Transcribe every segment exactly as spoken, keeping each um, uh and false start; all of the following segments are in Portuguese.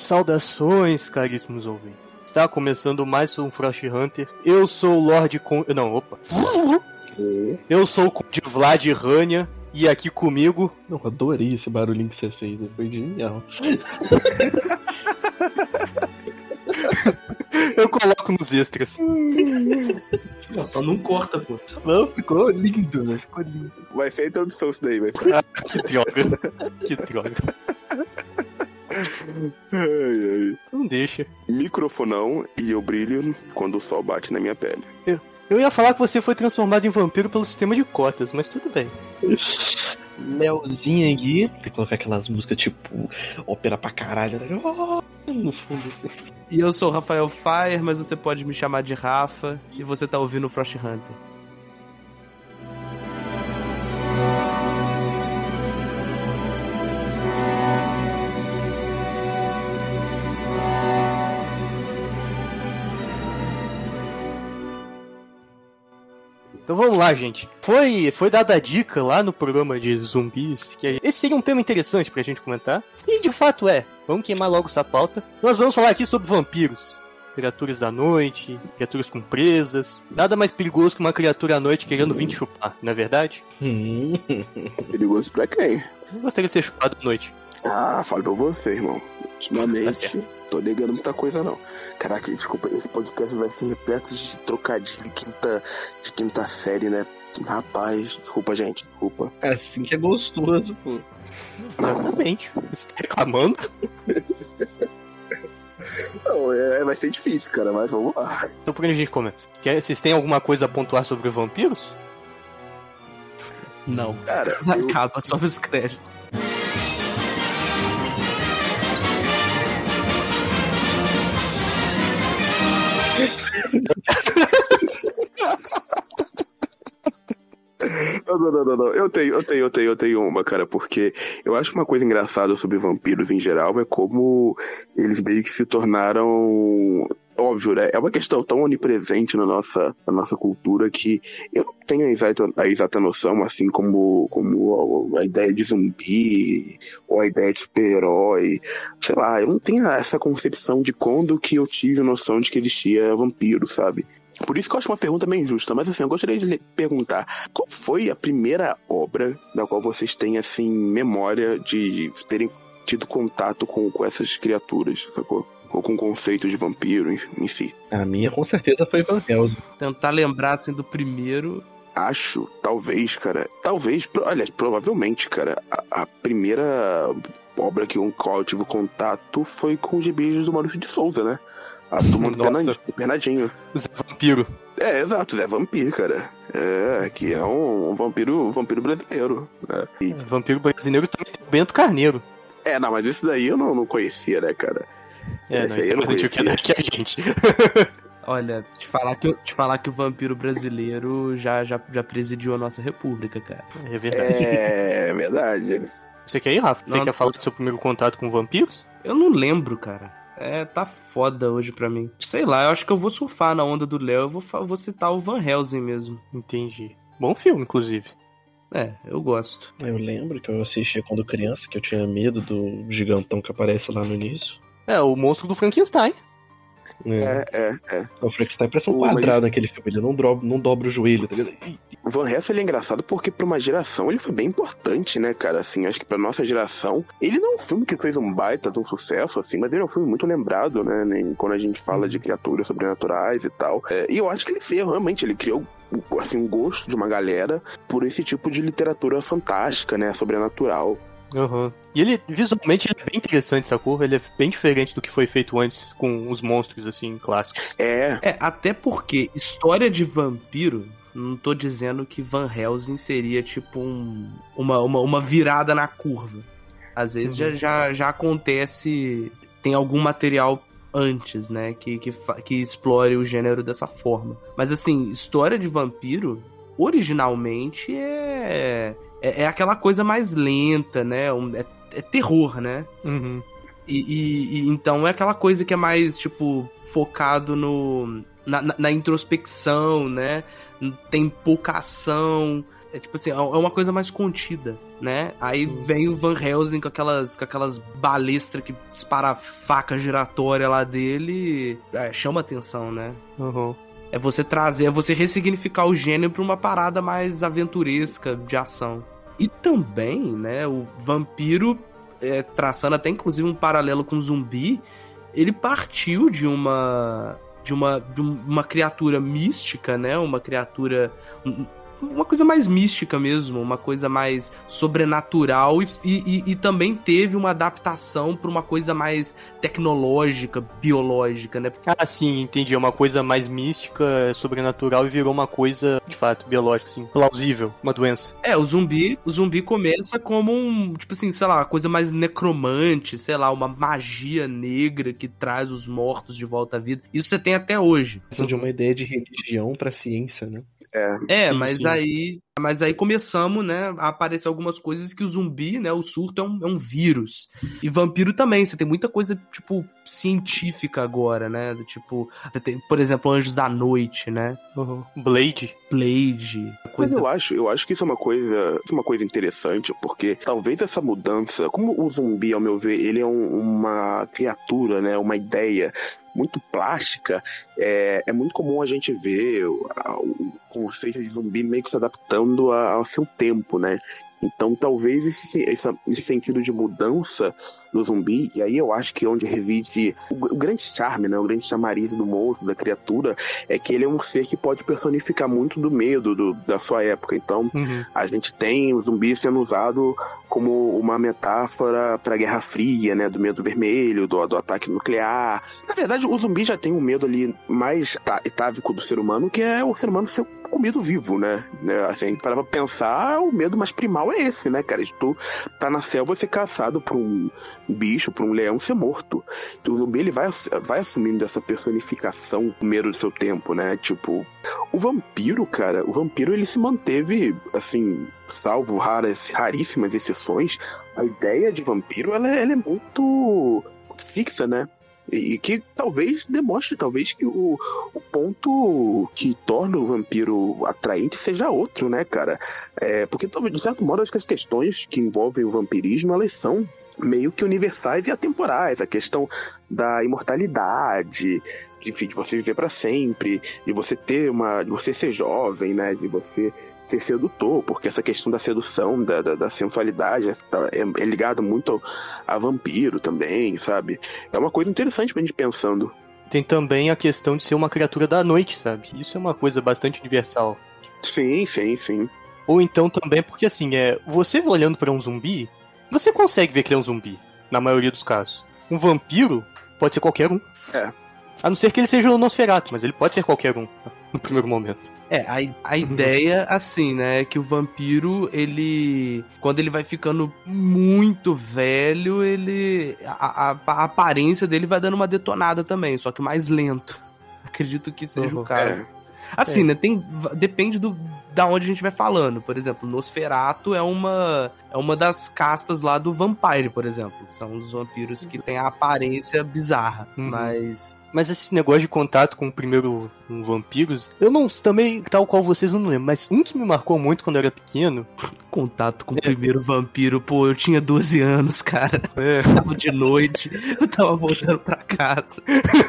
Saudações, caríssimos ouvintes. Está começando mais um Frost Hunter. Eu sou o Lorde Con... Não, opa. Eu sou o Conde Vlad Rania. E aqui comigo... Eu adorei esse barulhinho que você fez. Foi genial. Eu coloco nos extras. Não, só não corta, pô. Não, ficou lindo, né? Ficou lindo. Vai ser a introdução isso daí, vai ficar. Ah, que droga. Que droga. Ai, ai. Não deixa. Microfonão e eu brilho quando o sol bate na minha pele. Eu, eu ia falar que você foi transformado em vampiro pelo sistema de cotas, mas tudo bem. Melzinho aqui. Tem que colocar aquelas músicas tipo ópera pra caralho, né? Oh, no fundo assim. E eu sou o Rafael Fire, mas você pode me chamar de Rafa. E você tá ouvindo o Frost Hunter. Então vamos lá, gente. Foi, foi dada a dica lá no programa de zumbis que esse seria um tema interessante pra gente comentar. E de fato é. Vamos queimar logo essa pauta. Nós vamos falar aqui sobre vampiros. Criaturas da noite, criaturas com presas. Nada mais perigoso que uma criatura à noite querendo vir te chupar, não é verdade? Perigoso pra quem? Eu gostaria de ser chupado à noite. Ah, falo pra você, irmão. Ultimamente, tô ligando muita coisa não. Caraca, desculpa, esse podcast vai ser repleto de trocadilho de quinta, de quinta série, né? Rapaz, desculpa, gente, desculpa. É assim que é gostoso, pô. Exatamente. Você tá reclamando? Não, é, vai ser difícil, cara, mas vamos lá. Então por onde a gente começa? Quer, vocês têm alguma coisa a pontuar sobre vampiros? Não. Cara, eu... Acaba só os créditos. Não, não, não, não, não. Eu tenho, eu tenho, eu tenho, eu tenho uma, cara, porque eu acho uma coisa engraçada sobre vampiros em geral é como eles meio que se tornaram... Óbvio, né? É uma questão tão onipresente na nossa, na nossa cultura que eu não tenho a exata, a exata noção, assim como, como a, a ideia de zumbi ou a ideia de super-herói. Sei lá, eu não tenho essa concepção de quando que eu tive a noção de que existia vampiro, sabe? Por isso que eu acho uma pergunta meio injusta, mas assim, eu gostaria de perguntar, qual foi a primeira obra da qual vocês têm, assim, memória de terem tido contato com, com essas criaturas, sacou? Ou com o conceito de vampiro em, em si? A minha com certeza foi Van Helsing. Tentar lembrar, assim, do primeiro... Acho, talvez, cara, talvez, pro, aliás, provavelmente, cara, a, a primeira obra que eu, qual eu tive contato foi com os gibis do Maurício de Souza, né? A turma do Pernadinho, Pernadinho. Zé Vampiro. É, exato, Zé Vampiro, cara. É, que é um, um vampiro, vampiro brasileiro, né? E... É, vampiro brasileiro também tem o Bento Carneiro. É, não, mas isso daí eu não, não conhecia, né, cara? É, Esse não, aí isso eu não é presente o que é conhecia. daqui a gente. Olha, te falar, que, te falar que o vampiro brasileiro já, já, já presidiu a nossa república, cara. É verdade. É, verdade. Você quer ir, Rafa? Você Não, quer não. falar do seu primeiro contato com vampiros? Eu não lembro, cara. É, tá foda hoje pra mim. Sei lá, eu acho que eu vou surfar na onda do Léo. Eu vou, fa- vou citar o Van Helsing mesmo. Entendi. Bom filme, inclusive. É, eu gosto. Eu lembro que eu assistia quando criança, que eu tinha medo do gigantão que aparece lá no início. É, o monstro do Frankenstein. É. É, é, é. O Frankenstein parece um Pô, quadrado mas- naquele filme, ele não dobra, não dobra o joelho, tá ligado? O Van Helsing, ele é engraçado porque pra uma geração ele foi bem importante, né, cara? Assim, acho que pra nossa geração, ele não é um filme que fez um baita de um sucesso, assim, mas ele é um filme muito lembrado, né, né, quando a gente fala de criaturas sobrenaturais e tal. É, e eu acho que ele fez, realmente, ele criou assim, um gosto de uma galera por esse tipo de literatura fantástica, né, sobrenatural. Uhum. E ele, visualmente, ele é bem interessante, sacou? Ele é bem diferente do que foi feito antes com os monstros, assim, clássicos. É, É, até porque história de vampiro, não tô dizendo que Van Helsing seria tipo um, uma, uma, uma virada na curva. Às vezes Uhum. já, já, já acontece, tem algum material antes, né, que, que, fa- que explore o gênero dessa forma. Mas assim, história de vampiro, originalmente é, é, é aquela coisa mais lenta, né, um- é, é terror, né? Uhum. E, e- e então é aquela coisa que é mais, tipo, focado no, na, na- na introspecção, né? Tem pouca ação. é tipo assim, é uma coisa mais contida, né? Aí Sim. vem o Van Helsing com aquelas, com aquelas balestras que dispara a faca giratória lá dele, é, chama atenção, né? Uhum. É você trazer, é você ressignificar o gênero pra uma parada mais aventuresca de ação. E também, né, o vampiro, é, traçando até inclusive um paralelo com o zumbi, ele partiu de uma... De uma, de uma criatura mística, né? Uma criatura... Uma coisa mais mística mesmo, uma coisa mais sobrenatural e, e, e também teve uma adaptação para uma coisa mais tecnológica, biológica, né? Ah, sim, entendi. É uma coisa mais mística, sobrenatural e virou uma coisa, de fato, biológica, assim, plausível, uma doença. É, o zumbi, o zumbi começa como um, tipo assim, sei lá, uma coisa mais necromante, sei lá, uma magia negra que traz os mortos de volta à vida. Isso você tem até hoje. De uma ideia de religião pra ciência, né? É, é sim, mas sim. aí mas aí começamos, né, a aparecer algumas coisas que o zumbi, né, o surto é um, é um vírus. E vampiro também, você tem muita coisa, tipo, científica agora, né, do tipo, você tem, por exemplo, Anjos da Noite, né? Uhum. Blade. Blade. Mas Coisa... eu acho, eu acho que isso é uma coisa, uma coisa interessante, porque talvez essa mudança, como o zumbi, ao meu ver, ele é um, uma criatura, né, uma ideia muito plástica, é, é muito comum a gente ver o, o conceito de zumbi meio que se adaptando a, ao seu tempo, né? Então talvez esse, esse, esse sentido de mudança do zumbi, e aí eu acho que é onde reside o, o grande charme, né? O grande chamariz do monstro, da criatura, é que ele é um ser que pode personificar muito do medo do, da sua época. Então uhum. a gente tem o zumbi sendo usado como uma metáfora para a Guerra Fria, né? Do medo vermelho, do, do ataque nuclear. Na verdade, o zumbi já tem um medo ali mais etávico do ser humano, que é o ser humano ser comido vivo, né? Assim, para pensar, o medo mais primal é esse, né, cara? De tu tá na selva e ser caçado por um bicho, por um leão, ser morto. Então, o zumbi, ele vai, vai assumindo essa personificação do medo do seu tempo, né? Tipo, o vampiro, cara, o vampiro, ele se manteve, assim, salvo raras, raríssimas exceções, a ideia de vampiro, ela, ela é muito fixa, né? E que talvez demonstre, talvez, que o, o ponto que torna o vampiro atraente seja outro, né, cara? É, porque, de certo modo, acho que as questões que envolvem o vampirismo, elas são meio que universais e atemporais. A questão da imortalidade, de, enfim, de você viver para sempre, de você ter uma... de você ser jovem, né, de você ser sedutor, porque essa questão da sedução, da, da, da sensualidade é, é ligada muito a vampiro também, sabe? É uma coisa interessante pra gente pensando. Tem também a questão de ser uma criatura da noite, sabe? Isso é uma coisa bastante universal. Sim, sim, sim. Ou então também porque, assim, é você olhando pra um zumbi, você consegue ver que ele é um zumbi, na maioria dos casos. Um vampiro pode ser qualquer um. É. A não ser que ele seja o Nosferatu, mas ele pode ser qualquer um, no primeiro momento. É, a, a ideia, assim, né, é que o vampiro, ele... Quando ele vai ficando muito velho, ele... A, a, a aparência dele vai dando uma detonada também, só que mais lento. Acredito que seja uhum. o caso. É. Assim, é. né, tem, depende do, da onde a gente vai falando. Por exemplo, Nosferatu é uma, é uma das castas lá do Vampire, por exemplo. Que são os vampiros que têm a aparência bizarra, uhum. mas... Mas esse negócio de contato com o primeiro com vampiros, eu não, também, tal qual vocês, eu não lembro, mas um que me marcou muito quando eu era pequeno... Contato com é. o primeiro vampiro, pô, eu tinha doze anos, cara. É. Tava de noite, eu tava voltando pra casa.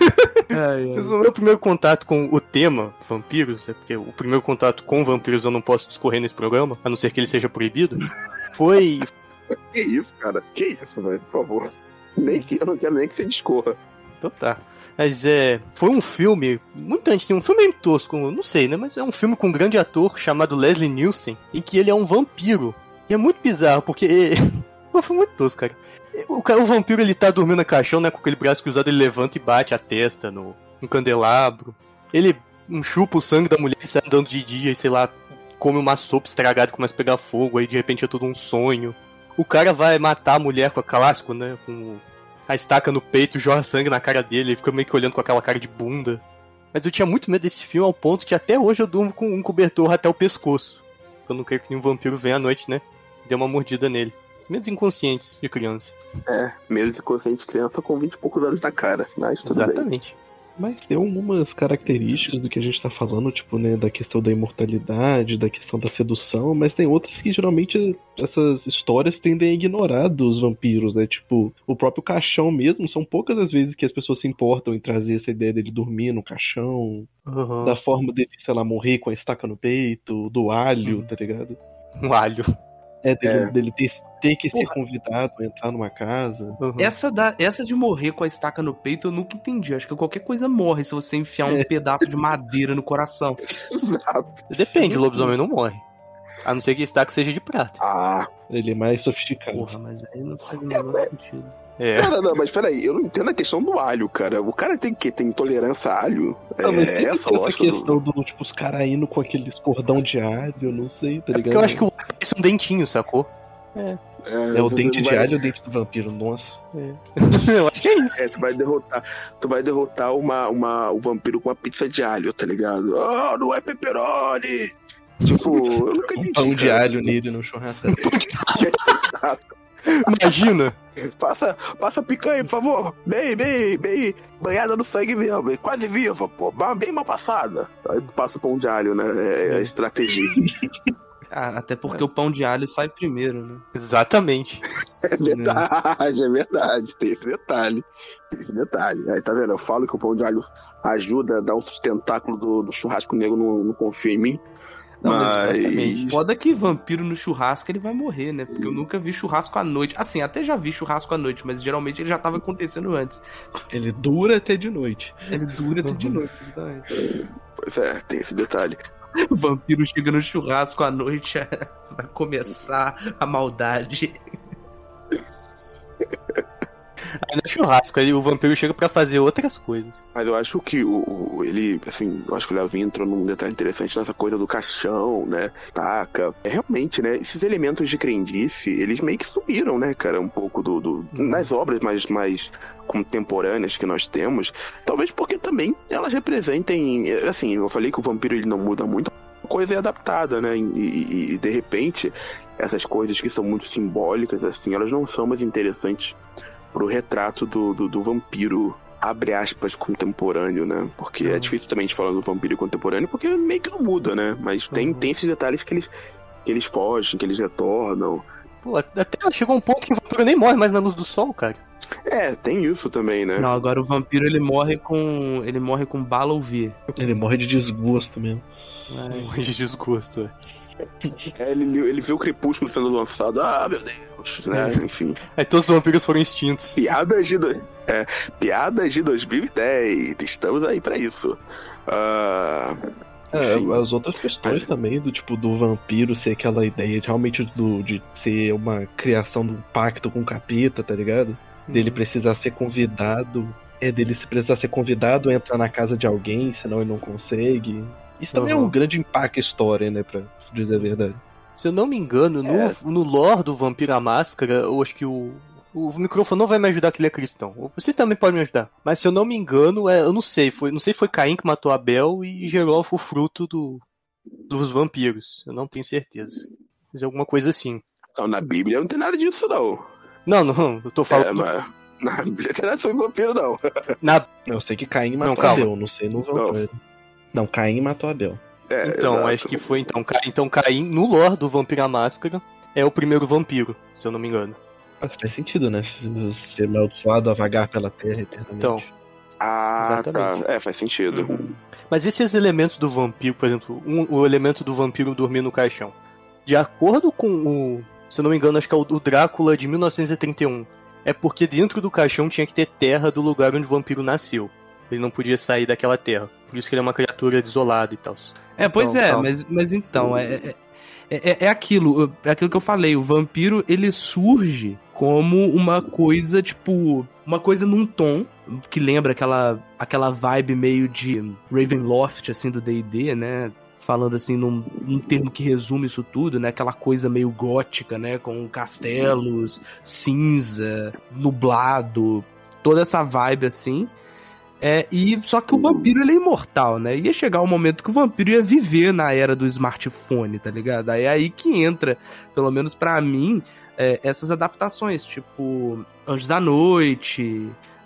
Ai, ai. O meu primeiro contato com o tema vampiros, é porque o primeiro contato com vampiros eu não posso discorrer nesse programa, a não ser que ele seja proibido, foi... Que isso, cara? Que isso, velho? Por favor. Nem que, eu não quero nem que você discorra. Então tá. Mas é... Foi um filme muito antes, um filme meio tosco, não sei, né? Mas é um filme com um grande ator chamado Leslie Nielsen, em que ele é um vampiro. E é muito bizarro, porque... Foi muito tosco, cara. O, cara. o vampiro, ele tá dormindo na caixão, né? Com aquele braço cruzado, ele levanta e bate a testa no, no candelabro. Ele chupa o sangue da mulher e sai andando de dia e, sei lá, come uma sopa estragada e começa a pegar fogo, aí de repente é tudo um sonho. O cara vai matar a mulher com a clássico, né? Com a estaca no peito, jorra sangue na cara dele, ele fica meio que olhando com aquela cara de bunda. Mas eu tinha muito medo desse filme ao ponto que até hoje eu durmo com um cobertor até o pescoço. Eu não quero que nenhum vampiro venha à noite, né? Dê uma mordida nele. Medos inconscientes de criança. É, medos inconscientes de criança com vinte e poucos anos na cara, mas tudo Exatamente. bem. Mas tem algumas características do que a gente tá falando, tipo, né, da questão da imortalidade, da questão da sedução, mas tem outras que geralmente essas histórias tendem a ignorar dos vampiros, né? Tipo, o próprio caixão mesmo, são poucas as vezes que as pessoas se importam em trazer essa ideia dele dormir no caixão, Uhum. da forma dele, sei lá, morrer com a estaca no peito, do alho, tá ligado? Um alho. É, dele, É. dele ter, ter que ser Porra. convidado a entrar numa casa. Uhum. Essa, da, essa de morrer com a estaca no peito eu nunca entendi. Acho que qualquer coisa morre se você enfiar um É. pedaço de madeira no coração. Exato. Depende, o lobisomem não morre. A não ser que a estaca seja de prata. Ah, Ele é mais sofisticado. Porra, mas aí não faz o menor sentido. É. cara, não, mas peraí, eu não entendo a questão do alho, cara. O cara tem que tem intolerância a alho? Não, mas é sempre essa tem a essa lógica do... questão do, tipo, os caras indo com aqueles cordão de alho, eu não sei, tá É ligado? porque eu acho que o alho parece um dentinho, sacou? É o você dente não de vai- alho e o dente do vampiro, nossa. Eu acho que é isso. É, tu vai derrotar, tu vai derrotar uma, uma, o vampiro com uma pizza de alho, tá ligado? Oh, não é pepperoni! Tipo, eu nunca Um entendi. pão de cara. alho nele no churrasco. Exato. Imagina. Passa, passa picanha, por favor. Bem, bem, bem banhada no sangue mesmo. Quase viva, pô. Bem mal passada. Aí passa o pão de alho, né? É a estratégia. Ah, até porque o pão de alho sai primeiro, né? Exatamente. É verdade, é verdade. Tem esse detalhe. Tem esse detalhe. Aí tá vendo? Eu falo que o pão de alho ajuda a dar um sustentáculo do, do churrasco negro, não, não confia em mim. Não, mas Mas. exatamente. Foda que vampiro no churrasco ele vai morrer, né? Porque eu nunca vi churrasco à noite. Assim, até já vi churrasco à noite, mas geralmente ele já tava acontecendo antes. Ele dura até de noite. Ele dura até de noite, exatamente. Pois é, tem esse detalhe. O vampiro chega no churrasco à noite, vai começar a maldade. Aí no churrasco, aí o vampiro chega pra fazer outras coisas. Mas eu acho que o, o- ele, assim, eu acho que o Léo entrou num detalhe interessante nessa coisa do caixão, né? Taca. É realmente, né? Esses elementos de crendice, eles meio que sumiram, né, cara? Um pouco do, do nas obras mais, mais contemporâneas que nós temos. Talvez porque também elas representem, assim, eu falei que o vampiro ele não muda muito. A coisa é adaptada, né? E, e- e, de repente, essas coisas que são muito simbólicas, assim, elas não são mais interessantes pro retrato do, do, do vampiro, abre aspas, contemporâneo, né? Porque Uhum. é difícil também a gente falar do vampiro contemporâneo, porque meio que não muda, né? Mas tem, Uhum. tem esses detalhes que eles, que eles fogem, que eles retornam. Pô, até chegou um ponto que o vampiro nem morre mais na luz do sol, cara. É, tem isso também, né? Não, agora o vampiro ele morre com. Ele morre com bala ou V. Ele morre de desgosto mesmo. Morre de desgosto. é. É, ele, ele vê o crepúsculo sendo lançado, ah, meu Deus, né? Enfim. Aí todos os vampiros foram extintos. Piadas de, do... é, piadas de dois mil e dez, estamos aí pra isso. Ah, É, enfim. as outras questões também, do tipo, do vampiro ser aquela ideia de, realmente do, de ser uma criação de um pacto com o capeta, tá ligado? Dele precisar ser convidado. É, dele se precisar ser convidado a entrar na casa de alguém, senão ele não consegue. Isso também Uhum. é um grande impacto história, né, pra dizer a verdade. Se eu não me engano, no, É. no lore do Vampiro à Máscara, eu acho que o, o microfone não vai me ajudar que ele é cristão. Vocês também podem me ajudar. Mas se eu não me engano, é, eu não sei. Foi, não sei se foi Caim que matou Abel e gerou o fruto do, dos vampiros. Eu não tenho certeza. Mas é alguma coisa assim. Então, na Bíblia não tem nada disso, não. Não, não, eu tô É, falando. mas na Bíblia não tem nada sobre vampiro, não. Na, Eu sei que Caim matou Não, calma. Abel, não sei no vampiro. Não, Caim matou Abel. É, então, exato. acho que foi então. Ca- Então Caim, no lore do Vampiro à Máscara, é o primeiro vampiro, se eu não me engano. Mas faz sentido, né? Ser amaldiçoado a vagar pela terra eternamente. Então. Ah, Exatamente. tá. É, faz sentido. Uhum. Mas esses elementos do vampiro, por exemplo, um- o elemento do vampiro dormir no caixão. De acordo com o. Se eu não me engano, acho que é o, o Drácula de mil novecentos e trinta e um. É porque dentro do caixão tinha que ter terra do lugar onde o vampiro nasceu. Ele não podia sair daquela terra. Por isso que ele é uma criatura isolada e tal. É, pois Então, é, calma. mas, mas então, é, é, é, é aquilo, é aquilo que eu falei, o vampiro, ele surge como uma coisa, tipo, uma coisa num tom, que lembra aquela, aquela vibe meio de Ravenloft, assim, do D e D, né? Falando assim, num, num termo que resume isso tudo, né? Aquela coisa meio gótica, né? Com castelos, cinza, nublado, toda essa vibe, assim. É, e só que o vampiro ele é imortal, né? Ia chegar o momento que o vampiro ia viver na era do smartphone, tá ligado? Aí é aí que entra, pelo menos pra mim, é, essas adaptações, tipo Anjos da Noite,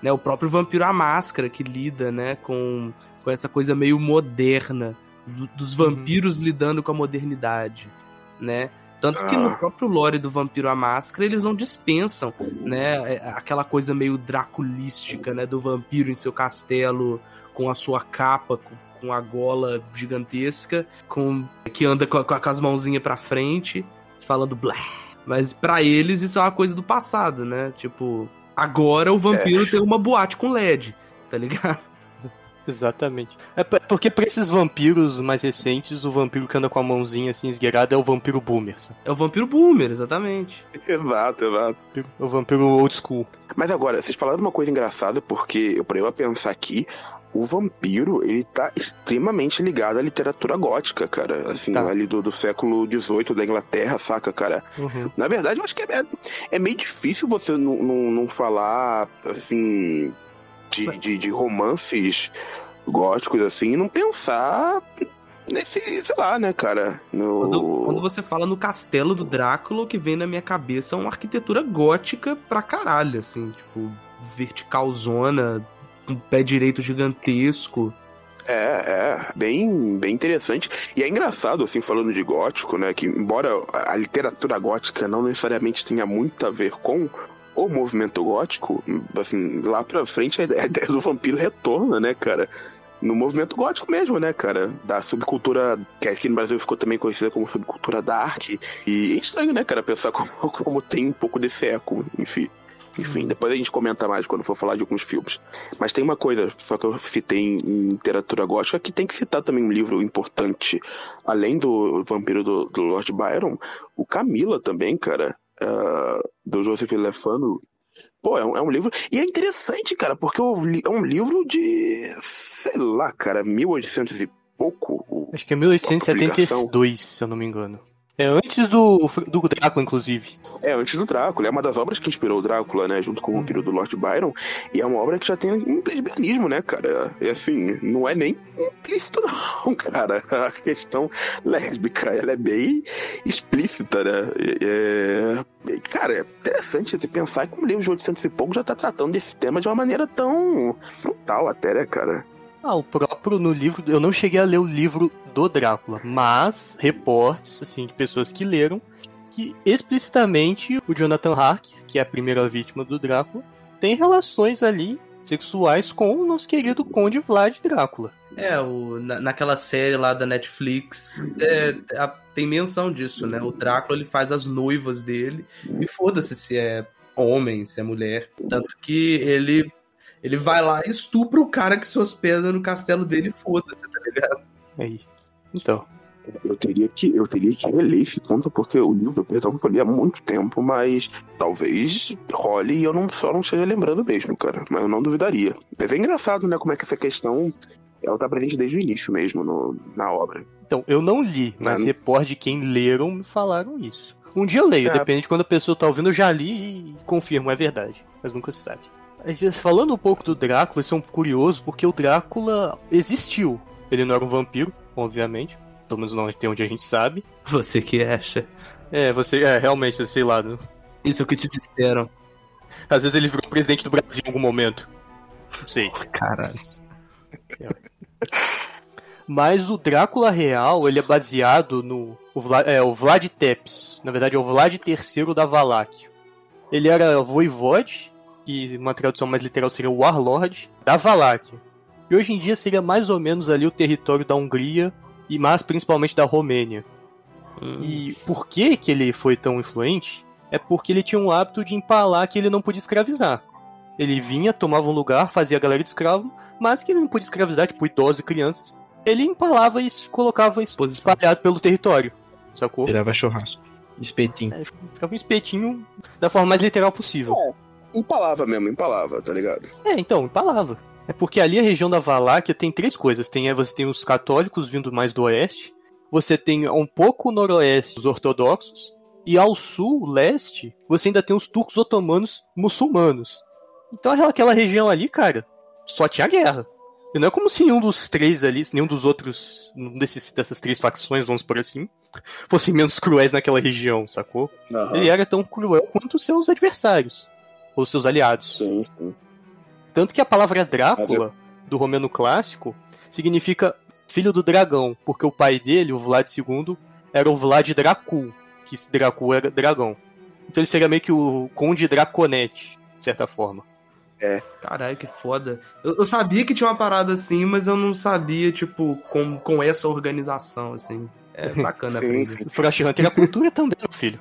né? O próprio Vampiro à Máscara, que lida, né, com, com essa coisa meio moderna, do, dos vampiros uhum. lidando com a modernidade, né? Tanto que no próprio lore do Vampiro à Máscara, eles não dispensam, né, aquela coisa meio draculística, né, do vampiro em seu castelo, com a sua capa, com, com a gola gigantesca, com, que anda com, com as mãozinhas pra frente, falando blá. Mas pra eles isso é uma coisa do passado, né? Tipo, agora o vampiro é. tem uma boate com L E D, tá ligado? Exatamente. É porque pra esses vampiros mais recentes, o vampiro que anda com a mãozinha assim esgueirada é o vampiro boomer. Sabe? É o vampiro boomer, exatamente. Exato, exato. É o vampiro old school. Mas agora, vocês falaram uma coisa engraçada, porque eu parei a pensar aqui, o vampiro, ele tá extremamente ligado à literatura gótica, cara. Assim, tá. ali do, do século dezoito da Inglaterra, saca, cara? Uhum. Na verdade, eu acho que é, é meio difícil você não, não, não falar, assim... De, de, de romances góticos, assim, e não pensar nesse, sei lá, né, cara? No... Quando, quando você fala no castelo do Drácula, o que vem na minha cabeça é uma arquitetura gótica pra caralho, assim, tipo, verticalzona, um pé direito gigantesco. É, é, bem, bem interessante. E é engraçado, assim, falando de gótico, né, que embora a literatura gótica não necessariamente tenha muito a ver com o movimento gótico, assim, lá pra frente a ideia do vampiro retorna, né, cara? No movimento gótico mesmo, né, cara? Da subcultura, que aqui no Brasil ficou também conhecida como subcultura dark. E é estranho, né, cara, pensar como, como tem um pouco desse eco, enfim. Enfim, depois a gente comenta mais quando for falar de alguns filmes. Mas tem uma coisa, só que eu citei em, em literatura gótica, que tem que citar também um livro importante. Além do Vampiro do, do Lord Byron, o Camila também, cara. Uh, do Joseph Le Fanu. Pô, é um, é um livro... E é interessante, cara, porque é um livro de... sei lá, cara, mil e oitocentos e pouco. Acho que é mil oitocentos e setenta e dois, se eu não me engano. É antes do, do Drácula, inclusive. É, antes do Drácula. É uma das obras que inspirou o Drácula, né? Junto com o Vampiro do Lord Byron. E é uma obra que já tem um lesbianismo, né, cara? E assim, não é nem implícito, não, cara. A questão lésbica, ela é bem explícita, né? É... Cara, é interessante você pensar que um livro de oitocentos e pouco já tá tratando desse tema de uma maneira tão frontal até, né, cara? Ah, o próprio, no livro, eu não cheguei a ler o livro do Drácula, mas reportes, assim, de pessoas que leram, que explicitamente o Jonathan Harker, que é a primeira vítima do Drácula, tem relações ali sexuais com o nosso querido Conde Vlad Drácula. É, o, na, naquela série lá da Netflix, é, é, tem menção disso, né? O Drácula, ele faz as noivas dele, e foda-se se é homem, se é mulher. Tanto que ele... Ele vai lá e estupra o cara que se hospeda no castelo dele e foda-se, tá ligado? Aí. Então. Eu teria que, eu teria que reler esse conto, porque o livro, perdão, que eu li há muito tempo, mas talvez role e eu não, só não esteja lembrando mesmo, cara. Mas eu não duvidaria. Mas é engraçado, né, como é que essa questão ela tá presente desde o início mesmo no, na obra. Então, eu não li, mas é. Repórter de quem leram me falaram isso. Um dia eu leio, é. Depende de quando a pessoa tá ouvindo, eu já li e confirmo, é verdade. Mas nunca se sabe. Falando um pouco do Drácula, isso é um curioso, porque o Drácula existiu. Ele não era um vampiro, obviamente. Pelo menos não tem onde a gente sabe. Você que acha. É, você, é, realmente, sei lá. Né? Isso é o que te disseram. Às vezes ele virou presidente do Brasil em algum momento. Não sei. Caralho. É. Mas o Drácula real, ele é baseado no... O Vlad, é, o Vlad Tepes. Na verdade, é o Vlad terceiro da Valáquia. Ele era voivode, que uma tradução mais literal seria o Warlord, da Valáquia. E hoje em dia seria mais ou menos ali o território da Hungria, e mais principalmente da Romênia. Hum. E por que que ele foi tão influente? É porque ele tinha um hábito de empalar que ele não podia escravizar. Ele vinha, tomava um lugar, fazia a galera de escravo, mas que ele não podia escravizar, tipo idosos e crianças. Ele empalava e colocava espalhado pelo território, sacou? Virava churrasco, espetinho. É, ficava um espetinho da forma mais literal possível. É. Empalava mesmo, empalava, tá ligado? É, então, empalava. É porque ali a região da Valáquia tem três coisas. Tem, você tem os católicos vindo mais do oeste, você tem um pouco noroeste os ortodoxos, e ao sul, leste, você ainda tem os turcos otomanos muçulmanos. Então aquela região ali, cara, só tinha guerra. E não é como se nenhum dos três ali, nenhum dos outros, nenhum desses, dessas três facções, vamos por assim, fossem menos cruéis naquela região, sacou? Uhum. Ele era tão cruel quanto os seus adversários. Ou seus aliados. Sim, sim. Tanto que a palavra Drácula, do romano clássico, significa filho do dragão, porque o pai dele, o Vlad segundo, era o Vlad Dracul, que Dracul era dragão. Então ele seria meio que o Conde Draconete, de certa forma. É. Caralho, que foda. Eu, eu sabia que tinha uma parada assim, mas eu não sabia, tipo, com, com essa organização, assim. É bacana. Sim, sim. O Frost Hunter é a cultura também, meu filho.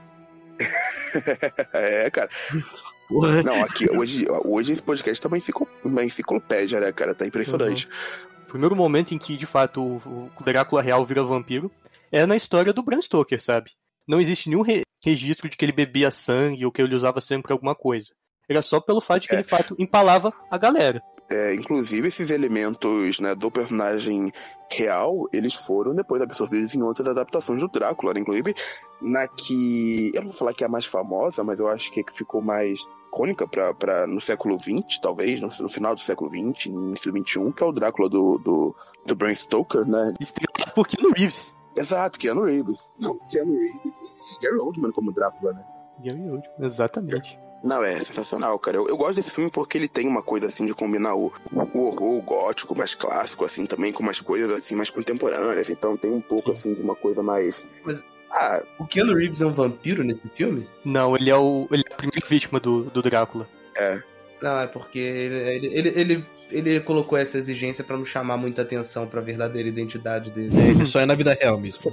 É, cara. Porra. Não, aqui, hoje, hoje esse podcast tá uma, enciclo, uma enciclopédia, né, cara? Tá impressionante. Uhum. O primeiro momento em que, de fato, o, o Drácula real vira vampiro é na história do Bram Stoker, sabe? Não existe nenhum re- registro de que ele bebia sangue ou que ele usava sangue pra alguma coisa. Era só pelo fato de que É. ele, de fato, empalava a galera. É, inclusive, esses elementos, né, do personagem real, eles foram depois absorvidos em outras adaptações do Drácula, né? Inclusive, na que... Eu não vou falar que é a mais famosa, mas eu acho que é que ficou mais icônica pra, pra, no século vinte, talvez, no, no final do século vinte, no início do vinte e um, que é o Drácula do, do, do Bram Stoker, né? Estrelado por Keanu Reeves. Exato, Keanu Reeves. Não, Keanu Reeves e Gary Oldman como Drácula, né? Gary Oldman, exatamente. Não, é sensacional, cara. Eu, eu gosto desse filme porque ele tem uma coisa, assim, de combinar o, o horror o gótico mais clássico, assim, também com umas coisas, assim, mais contemporâneas. Então tem um pouco, assim, de uma coisa mais... Mas- Ah, O Keanu Reeves é um vampiro nesse filme? Não, ele é, o, ele é a primeira vítima do, do Drácula. é. Não, é porque ele, ele, ele, ele, ele colocou essa exigência pra não chamar muita atenção pra verdadeira identidade dele. Ele só é na vida real mesmo.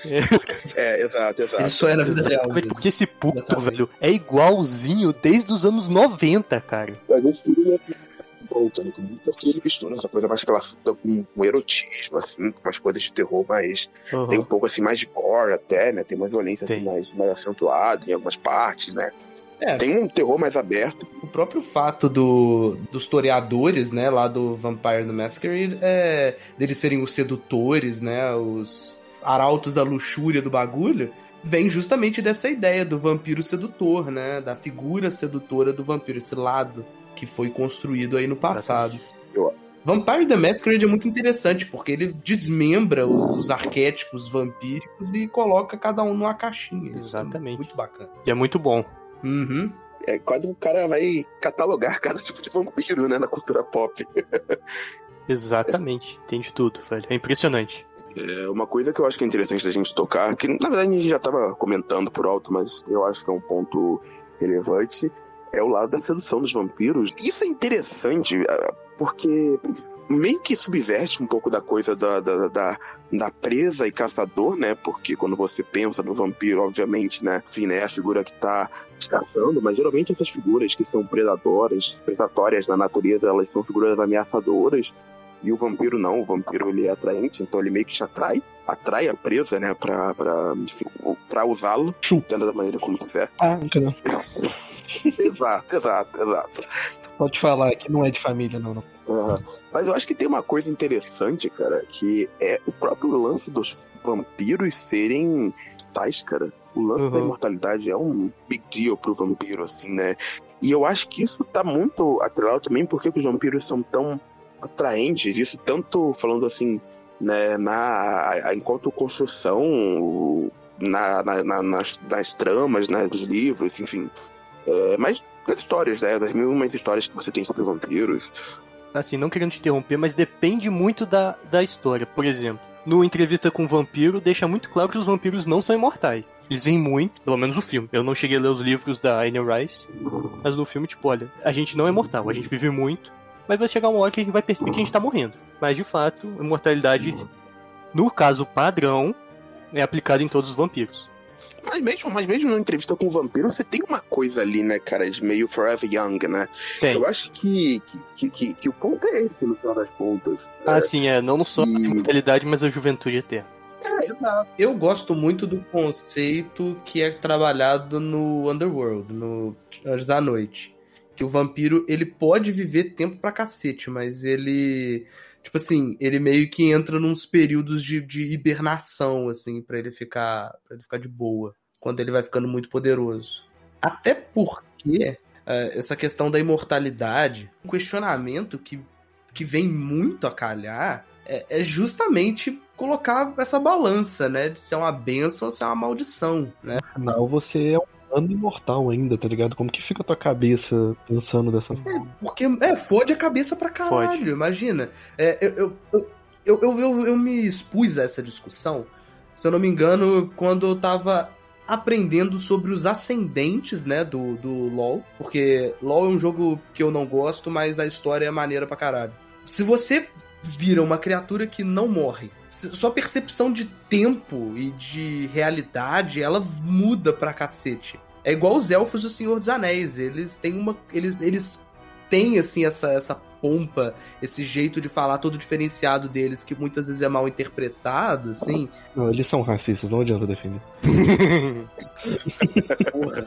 É, exato, exato. Ele só é na vida real. Exatamente, mesmo. porque esse puto, Exatamente. velho, é igualzinho desde os anos noventa, cara. Mas esse filme é pronto, né? Porque ele mistura essa coisa mais clássica com, com erotismo, assim, com umas coisas de terror mais... Uhum. Tem um pouco, assim, mais de gore até, né? Tem uma violência, assim, Tem. mais, mais acentuada em algumas partes, né? É. Tem um terror mais aberto. O próprio fato do, dos toreadores, né, lá do Vampire the Masquerade, é, deles serem os sedutores, né, os arautos da luxúria do bagulho, vem justamente dessa ideia do vampiro sedutor, né, da figura sedutora do vampiro, esse lado que foi construído aí no passado. Eu- Vampire the Masquerade é muito interessante, porque ele desmembra os, os arquétipos vampíricos e coloca cada um numa caixinha. Isso é Exatamente. muito bacana. E é muito bom. Uhum. É quase o cara vai catalogar cada tipo de vampiro, né? Na cultura pop. Exatamente. Tem de tudo, velho. É impressionante. É uma coisa que eu acho que é interessante da gente tocar, que na verdade a gente já tava comentando por alto, mas eu acho que é um ponto relevante, é o lado da sedução dos vampiros. Isso é interessante, ah, porque meio que subverte um pouco da coisa da, da, da, da presa e caçador, né? Porque quando você pensa no vampiro, obviamente, né? Enfim, né? É a figura que tá te caçando, mas geralmente essas figuras que são predadoras, predatórias na natureza, elas são figuras ameaçadoras. E o vampiro não, o vampiro ele é atraente, então ele meio que te atrai, atrai a presa, né, pra, pra, enfim, pra usá-lo, entenda da maneira como quiser. Ah, nunca não. Exato, exato, exato. Pode falar que não é de família, não. não. Uhum. Mas eu acho que tem uma coisa interessante, cara, que é o próprio lance dos vampiros serem tais, cara. O lance Uhum. da imortalidade é um big deal pro vampiro, assim, né? E eu acho que isso tá muito atrelado também porque os vampiros são tão atraentes, isso tanto falando assim, né, na, enquanto construção, na, na, na, nas, nas tramas, né, dos livros, enfim. É, mas nas histórias, né, das mil e umas histórias que você tem sobre vampiros. Assim, não querendo te interromper, mas depende muito da, da história. Por exemplo, no Entrevista com o Vampiro, deixa muito claro que os vampiros não são imortais. Eles vêm muito, pelo menos no filme. Eu não cheguei a ler os livros da Anne Rice, mas no filme, tipo, olha, a gente não é mortal, a gente vive muito, mas vai chegar uma hora que a gente vai perceber que a gente tá morrendo. Mas, de fato, a imortalidade, no caso padrão, é aplicada em todos os vampiros. Mas mesmo, mas mesmo na entrevista com o vampiro, você tem uma coisa ali, né, cara, de meio Forever Young, né? Tem. Eu acho que, que, que, que o ponto é esse, no final das contas. Ah, sim, é. Não só a E- imortalidade, mas a juventude eterna. É, exato. Eu gosto muito do conceito que é trabalhado no Underworld, no Anjos da Noite. Que o vampiro, ele pode viver tempo pra cacete, mas ele... Tipo assim, ele meio que entra nos períodos de, de hibernação, assim, pra ele ficar pra ele ficar de boa. Quando ele vai ficando muito poderoso. Até porque é, essa questão da imortalidade, um questionamento que, que vem muito a calhar, é, é justamente colocar essa balança, né? De se é uma bênção ou se é uma maldição, né? Afinal, você é um humano imortal ainda, tá ligado? Como que fica a tua cabeça pensando dessa forma? Porque, é, fode a cabeça pra caralho, Fode. imagina. É, eu, eu, eu, eu, eu, eu, eu me expus a essa discussão, se eu não me engano, quando eu tava aprendendo sobre os ascendentes, né, do, do LoL. Porque LoL é um jogo que eu não gosto, mas a história é maneira pra caralho. Se você vira uma criatura que não morre, sua percepção de tempo e de realidade, ela muda pra cacete. É igual os elfos do Senhor dos Anéis. Eles têm uma... Eles, eles têm, assim, essa, essa pompa, esse jeito de falar todo diferenciado deles, que muitas vezes é mal interpretado, assim. Não, eles são racistas, não adianta defender. Porra.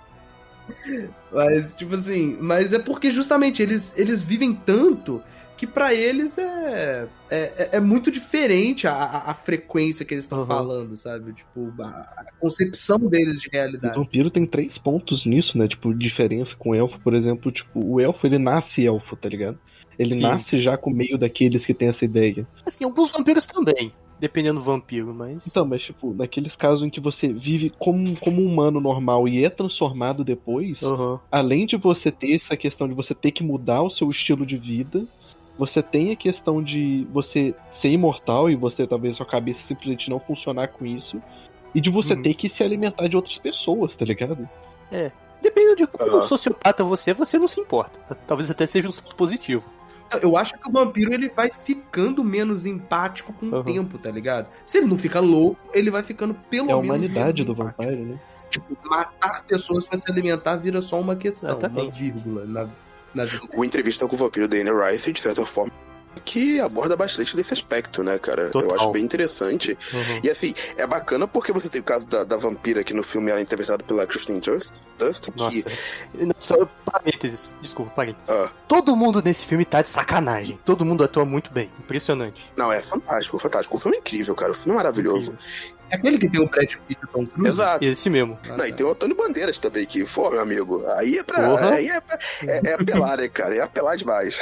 Mas, tipo assim... Mas é porque, justamente, eles, eles vivem tanto... que pra eles é, é, é muito diferente a, a, a frequência que eles estão Uhum. falando, sabe? Tipo, a, a concepção deles de O realidade. vampiro tem três pontos nisso, né? Tipo, diferença com o elfo, por exemplo, tipo, o elfo ele nasce elfo, tá ligado? Ele Sim. nasce já com o meio daqueles que tem essa ideia. Assim, alguns vampiros também, dependendo do vampiro, mas... Então, mas tipo, naqueles casos em que você vive como, como um humano normal e é transformado depois, Uhum. além de você ter essa questão de você ter que mudar o seu estilo de vida, você tem a questão de você ser imortal e você talvez sua cabeça simplesmente não funcionar com isso, e de você Uhum. ter que se alimentar de outras pessoas, tá ligado? Dependendo de como Uhum. sociopata você é, você não se importa. Talvez até seja um salto positivo. Eu acho que o vampiro ele vai ficando menos empático com o Uhum. tempo, tá ligado? Se ele não fica louco, ele vai ficando pelo É a menos humanidade do menos empático. vampiro, né? Tipo, matar pessoas pra se alimentar vira só uma questão, Exatamente. uma vírgula na, na vida. O Entrevista com o Vampiro da Anne Rice, de certa forma, que aborda bastante desse aspecto, né, cara? Total. Eu acho bem interessante. Uhum. E assim, é bacana porque você tem o caso da, da vampira aqui no filme, ela é entrevistada pela Kristen Dunst, Dunst que... Nossa. Não, só parênteses, desculpa, parênteses. Ah, Todo mundo nesse filme tá de sacanagem. Todo mundo atua muito bem. Impressionante. não, é fantástico, fantástico. O filme é incrível, cara. O filme é maravilhoso. É aquele que tem o Brad Pitt e o Tom Cruise? Exato. Esse mesmo. Ah, Não, e tá. tem o Antônio Bandeiras também, que, pô, meu amigo, aí é pra. Porra. Aí é, pra- é, é apelar, né, cara? É apelar demais.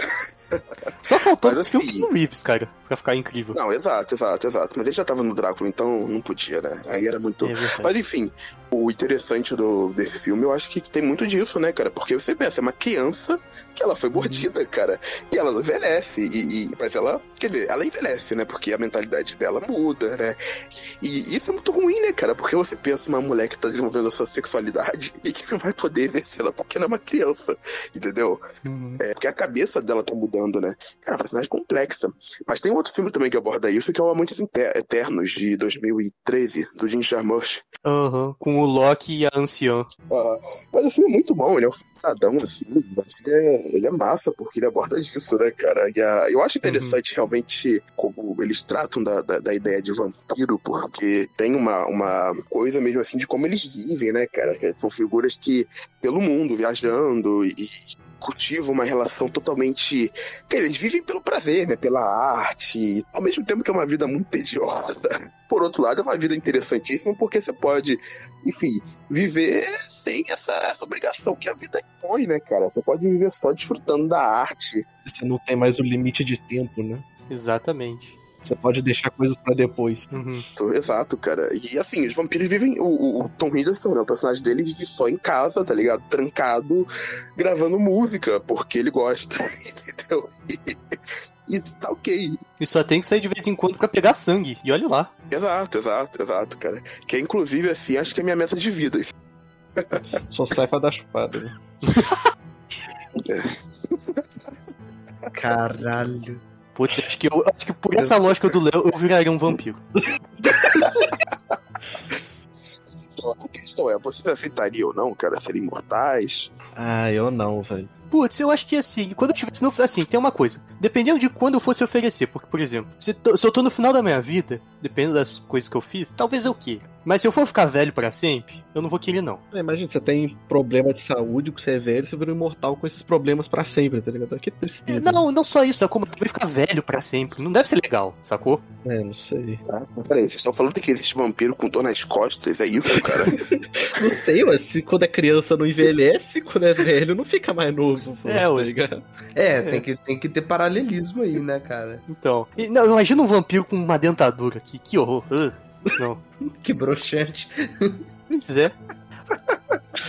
Só faltou Mas esse filme assim- no Reeves, cara, pra ficar incrível. Não, exato, exato, exato. Mas ele já tava no Drácula, então não podia, né? Aí era muito. É verdade. Mas enfim, o interessante do, desse filme, eu acho que tem muito disso, né, cara? Porque você pensa, é uma criança que ela foi mordida, cara. E ela não envelhece. E, e- mas ela, quer dizer, ela envelhece, né? Porque a mentalidade dela muda, né? E isso é muito ruim, né, cara? Porque você pensa uma mulher que tá desenvolvendo a sua sexualidade e que não vai poder exercê-la porque ela é uma criança, entendeu? Uhum. É, porque a cabeça dela tá mudando, né? Cara, é uma personagem complexa. Mas tem um outro filme também que aborda isso, que é o Amantes Inter- Eternos, de dois mil e treze, do Jim Jarmusch. Aham, com o Loki e a anciã. Ah, mas o filme é muito bom, ele é um filme tradão, assim, mas ele é, ele é massa, porque ele aborda disso, né, cara? E a- eu acho interessante realmente como eles tratam da, da, da ideia de vampiro, porque tem uma, uma coisa mesmo assim de como eles vivem, né, cara? São figuras que, pelo mundo, viajando e cultivam uma relação totalmente... que eles vivem pelo prazer, né? Pela arte, ao mesmo tempo que é uma vida muito tediosa. Por outro lado, é uma vida interessantíssima, porque você pode, enfim, viver sem essa, essa obrigação que a vida impõe, né, cara? Você pode viver só desfrutando da arte. Você não tem mais o limite de tempo, né? Exatamente. Você pode deixar coisas pra depois. Uhum. Exato, cara. E assim, os vampiros vivem. O, o, o Tom Hiddleston, né? O personagem dele vive só em casa, tá ligado? Trancado, gravando música, porque ele gosta, entendeu? E, e tá ok. E só tem que sair de vez em quando pra pegar sangue. E olha lá. Exato, exato, exato, cara. Que é, inclusive, assim, acho que é a minha meta de vida. Só sai pra dar chupada, né? Caralho. Putz, acho que, eu, acho que por essa lógica do Léo, eu viraria um vampiro. Então, a questão é, vocês aceitariam ou não, cara, serem imortais? Ah, eu não, velho. Putz, eu acho que assim, quando eu tivesse no. Assim, tem uma coisa. Dependendo de quando eu fosse oferecer, porque, por exemplo, se, to- se eu tô no final da minha vida, dependendo das coisas que eu fiz, talvez eu queira. Mas se eu for ficar velho pra sempre, eu não vou querer, não. É, imagina, você tem problema de saúde, que você é velho, você vira um imortal com esses problemas pra sempre, tá ligado? Que É, tristeza. não, não só isso, é como também ficar velho pra sempre. Não deve ser legal, sacou? É, não sei. Tá? Peraí, vocês estão falando que existe vampiro com dor nas costas? É isso, cara? Não sei, mas se quando é criança não envelhece, quando é velho não fica mais novo. Pô, É, tá ué. ligado? É, tem que, tem que ter paralelismo aí, né, cara? Então. E, não, imagina um vampiro com uma dentadura aqui. Que horror. Uh, não. Que broxante. Pois é.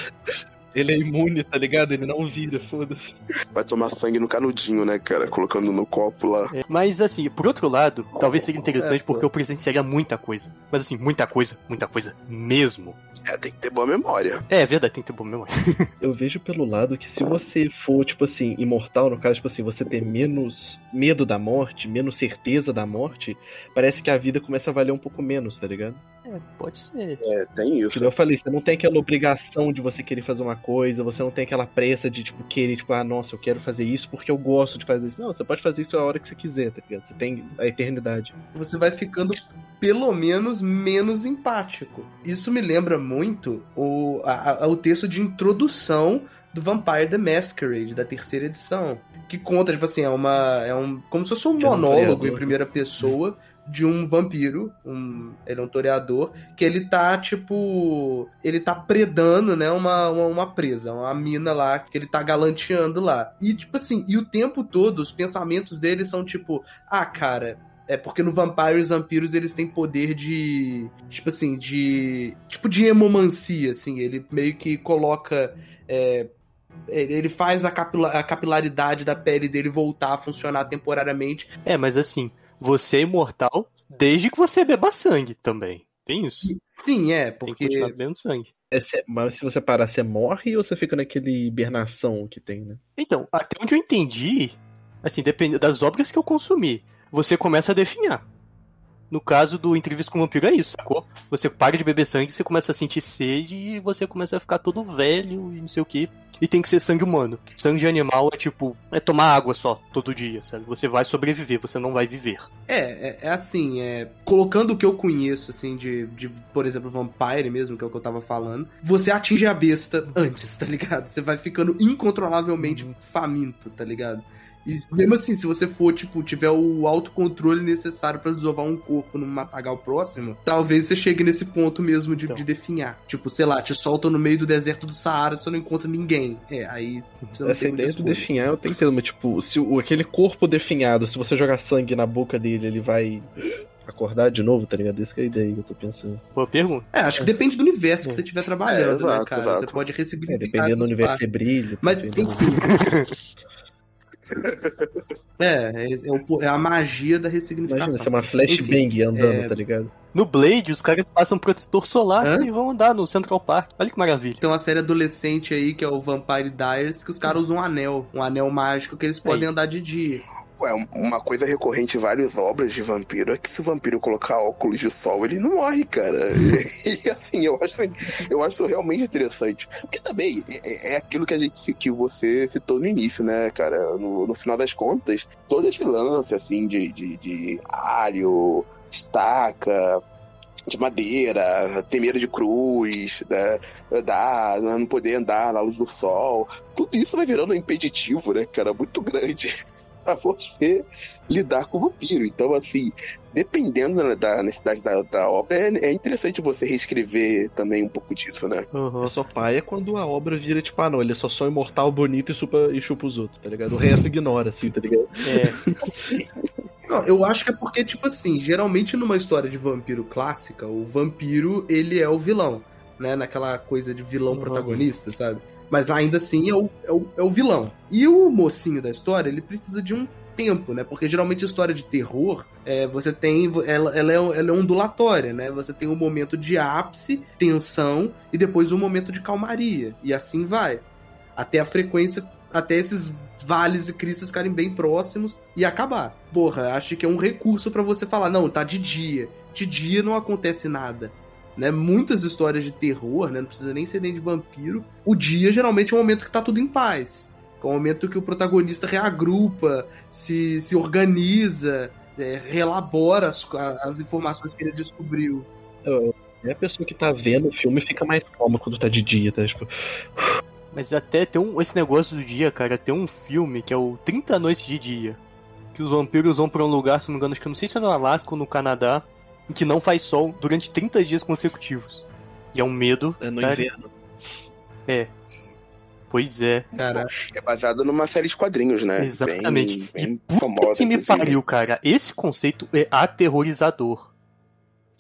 Ele é imune, tá ligado? Ele não vira, foda-se. Vai tomar sangue no canudinho, né, cara? Colocando no copo lá. É, mas assim, por outro lado, talvez seja interessante É, porque pô. eu presenciaria muita coisa. Mas assim, muita coisa, muita coisa mesmo. É, tem que ter boa memória. É, é verdade, tem que ter bom memória. Eu vejo pelo lado que se você for, tipo assim, imortal, no caso, tipo assim, você ter menos medo da morte, menos certeza da morte, parece que a vida começa a valer um pouco menos, tá ligado? É, pode ser. É, tem isso. Como eu falei, você não tem aquela obrigação de você querer fazer uma coisa, você não tem aquela pressa de, tipo, querer, tipo, ah, nossa, eu quero fazer isso porque eu gosto de fazer isso. Não, você pode fazer isso a hora que você quiser, tá ligado? Você tem a eternidade. Você vai ficando, pelo menos, menos empático. Isso me lembra muito o, a, a, o texto de introdução do Vampire the Masquerade, da terceira edição. Que conta, tipo assim, é uma. É um, como se fosse um Que é um monólogo toreador. em primeira pessoa de um vampiro. Um, ele é um toreador. Que ele tá, tipo. Ele tá predando, né? Uma, uma, uma presa, uma mina lá, que ele tá galanteando lá. E, tipo assim, e o tempo todo, os pensamentos dele são tipo, ah, cara. É porque no Vampire os vampiros eles têm poder de. Tipo assim, de. Tipo de hemomancia, assim. Ele meio que coloca. É, ele faz a, capila- a capilaridade da pele dele voltar a funcionar temporariamente. É, mas assim, você é imortal desde que você beba sangue também. Tem isso. Sim, é, Tem que porque. continuar bebendo sangue. É, cê- mas se você parar, você morre ou você fica naquele hibernação que tem, né? Então, até onde eu entendi, assim, dependendo das obras que eu consumi, você começa a definhar. No caso do Entrevista com o Vampiro é isso, sacou? Você para de beber sangue, você começa a sentir sede e você começa a ficar todo velho e não sei o que. E tem que ser sangue humano. Sangue de animal é tipo, é tomar água só, todo dia, sabe? Você vai sobreviver, você não vai viver. É, é, é assim, é, colocando o que eu conheço, assim, de, de, por exemplo, Vampire mesmo, que é o que eu tava falando, você atinge a besta antes, tá ligado? Você vai ficando incontrolavelmente faminto, tá ligado? E mesmo assim, se você for, tipo, tiver o autocontrole necessário pra desovar um corpo num matagal próximo, talvez você chegue nesse ponto mesmo de, Então. de definhar. Tipo, sei lá, te soltam no meio do deserto do Saara, você não encontra ninguém. É, aí você não Essa tem muita ideia do escolha. definhar eu tenho entendo, mas tipo, se o, aquele corpo definhado, se você jogar sangue na boca dele, ele vai acordar de novo, tá ligado? Essa que é a ideia que eu tô pensando. Boa pergunta. É, acho que depende do universo que É. você estiver trabalhando, É, né, exato, cara? exato. Você pode É, ressignificar dependendo do essas universo, partes. você brilha. Mas, dependendo- enfim. É, é, é, o- é a magia da Imagina, ressignificação. você é uma flashbang andando, é- tá ligado? No Blade, os caras passam protetor solar Hã? e vão andar no Central Park. Olha que maravilha. Tem uma série adolescente aí, que é o Vampire Diaries, que os caras usam um anel, um anel mágico que eles podem Aí. andar de dia. Ué, uma coisa recorrente em várias obras de vampiro é que se o vampiro colocar óculos de sol, ele não morre, cara. E assim, eu acho, eu acho isso realmente interessante. Porque também é, é aquilo que a gente que você citou no início, né, cara? No, no final das contas, todo esse lance assim de, de, de alho, estaca, de madeira, ter medo de cruz, né? Andar, não poder andar na luz do sol, tudo isso vai virando um impeditivo, né, cara, muito grande pra você lidar com o vampiro. Então, assim, dependendo da- da necessidade da, da obra, é, é interessante você reescrever também um pouco disso, né? Uhum. É só paia quando a obra vira tipo, ah não, ele é só só imortal, bonito e chupa, e chupa os outros, tá ligado? O resto ignora, assim, tá ligado? É. Não, eu acho que é porque, tipo assim, geralmente numa história de vampiro clássica, o vampiro, ele é o vilão, né? Naquela coisa de vilão Uhum. protagonista, sabe? Mas ainda assim é o, é, o, é o vilão. E o mocinho da história, ele precisa de um tempo, né? Porque geralmente história de terror, é, você tem. Ela, ela, é, ela é ondulatória, né? Você tem um momento de ápice, tensão, e depois um momento de calmaria. E assim vai. Até a frequência. Até esses vales e cristas ficarem bem próximos e acabar. Porra, acho que é um recurso pra você falar, não, tá de dia. De dia não acontece nada. Né? Muitas histórias de terror, né? Não precisa nem ser nem de vampiro. O dia geralmente é um momento que tá tudo em paz. É um momento que o protagonista reagrupa, se, se organiza, é, relabora as, as informações que ele descobriu. É a pessoa que tá vendo o filme fica mais calma quando tá de dia, tá? Tipo, Mas até tem um, esse negócio do dia, cara, tem um filme que é o trinta Noites de Dia. Que os vampiros vão pra um lugar, se não me engano, acho que eu não sei se é no Alasca ou no Canadá, em que não faz sol durante trinta dias consecutivos. E é um medo. é no cara. inverno. Pois é. Cara, É baseado numa série de quadrinhos, né? Exatamente. Bem, bem Puta famosa. que me inclusive. pariu, cara. Esse conceito é aterrorizador.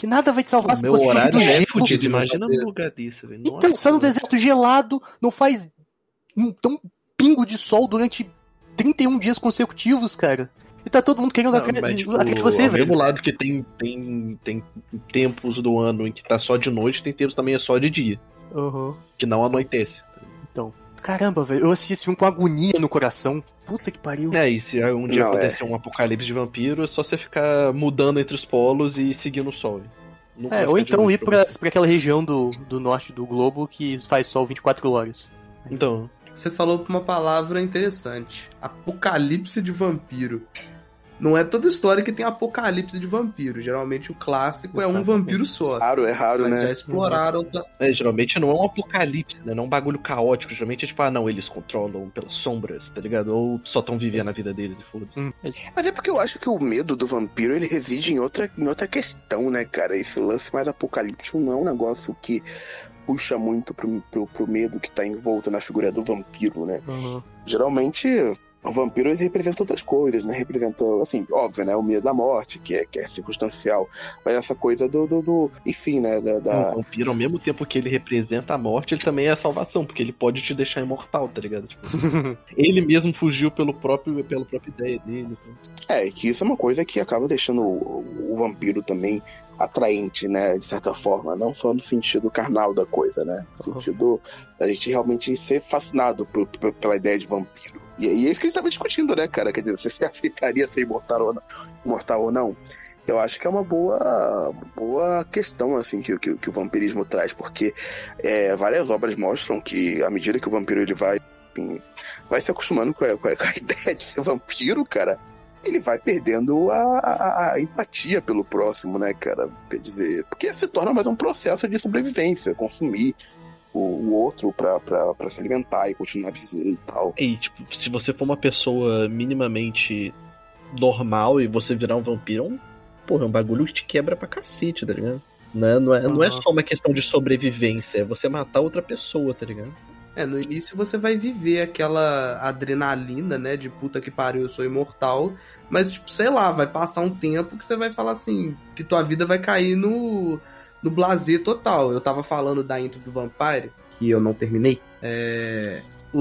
Que nada vai te salvar se Meu você horário no é gelo. fudido, imagina num lugar desse, velho. Então, você tá no deserto gelado, não faz um tão pingo de sol durante trinta e um dias consecutivos, cara. E tá todo mundo querendo Não, atrás, mas, tipo, atrás de você, ao velho. mesmo lado que tem, tem, tem tempos do ano em que tá só de noite, tem tempos também é só de dia. Uhum. Que não anoitece. Então, caramba, velho, eu assisti esse filme com agonia no coração. Puta que pariu. É, e se um dia Não, acontecer é. um apocalipse de vampiro, é só você ficar mudando entre os polos e seguindo o sol. Nunca É, vai ou ficar de então noite ir pra pra, você. pra aquela região do, do norte do globo que faz sol vinte e quatro horas. Então, Você falou uma palavra interessante. Apocalipse de vampiro. Não é toda história que tem apocalipse de vampiro. Geralmente o clássico é um vampiro só. Raro, é raro, Mas né? já exploraram... ta- é, geralmente não é um apocalipse, né? Não é um bagulho caótico. Geralmente é tipo, ah, não, eles controlam pelas sombras, tá ligado? Ou só tão vivendo a vida deles e foda-se. Hum. Mas é porque eu acho que o medo do vampiro ele reside em outra, em outra questão, né, cara? Esse lance mais apocalíptico não é um negócio que puxa muito pro, pro, pro medo que tá envolto na figura do vampiro, né? Uhum. Geralmente, o vampiro ele representa outras coisas, né? Representa, assim, óbvio, né? O medo da morte, que é, que é circunstancial. Mas essa coisa do, do, do enfim, né? Da, da... O vampiro, ao mesmo tempo que ele representa a morte, ele também é a salvação, porque ele pode te deixar imortal, tá ligado? Tipo, ele mesmo fugiu pelo próprio, pela própria ideia dele. Então. É, que isso é uma coisa que acaba deixando o, o vampiro também atraente, né, de certa forma, não só no sentido carnal da coisa, né, no sentido da gente realmente ser fascinado por, por, pela ideia de vampiro. E aí é isso que a gente tava discutindo, né, cara, quer dizer, você aceitaria ser imortal ou não, imortal ou não? Eu acho que é uma boa, boa questão, assim, que, que, que o vampirismo traz, porque é, várias obras mostram que à medida que o vampiro ele vai, enfim, vai se acostumando com a, com a, com a ideia de ser vampiro, cara, ele vai perdendo a, a, a empatia pelo próximo, né, cara? Quer dizer, porque se torna mais um processo de sobrevivência, consumir o, o outro pra, pra, pra se alimentar e continuar a viver e tal. E, tipo, se você for uma pessoa minimamente normal e você virar um vampiro, é um, porra, é um bagulho que te quebra pra cacete, tá ligado? Não é, não, é, não é só uma questão de sobrevivência, é você matar outra pessoa, tá ligado? É, no início você vai viver aquela adrenalina, né, de puta que pariu, eu sou imortal, mas, tipo, sei lá, vai passar um tempo que você vai falar assim, que tua vida vai cair no, no blazer total. Eu tava falando da Into do Vampire, que eu não terminei, é... O,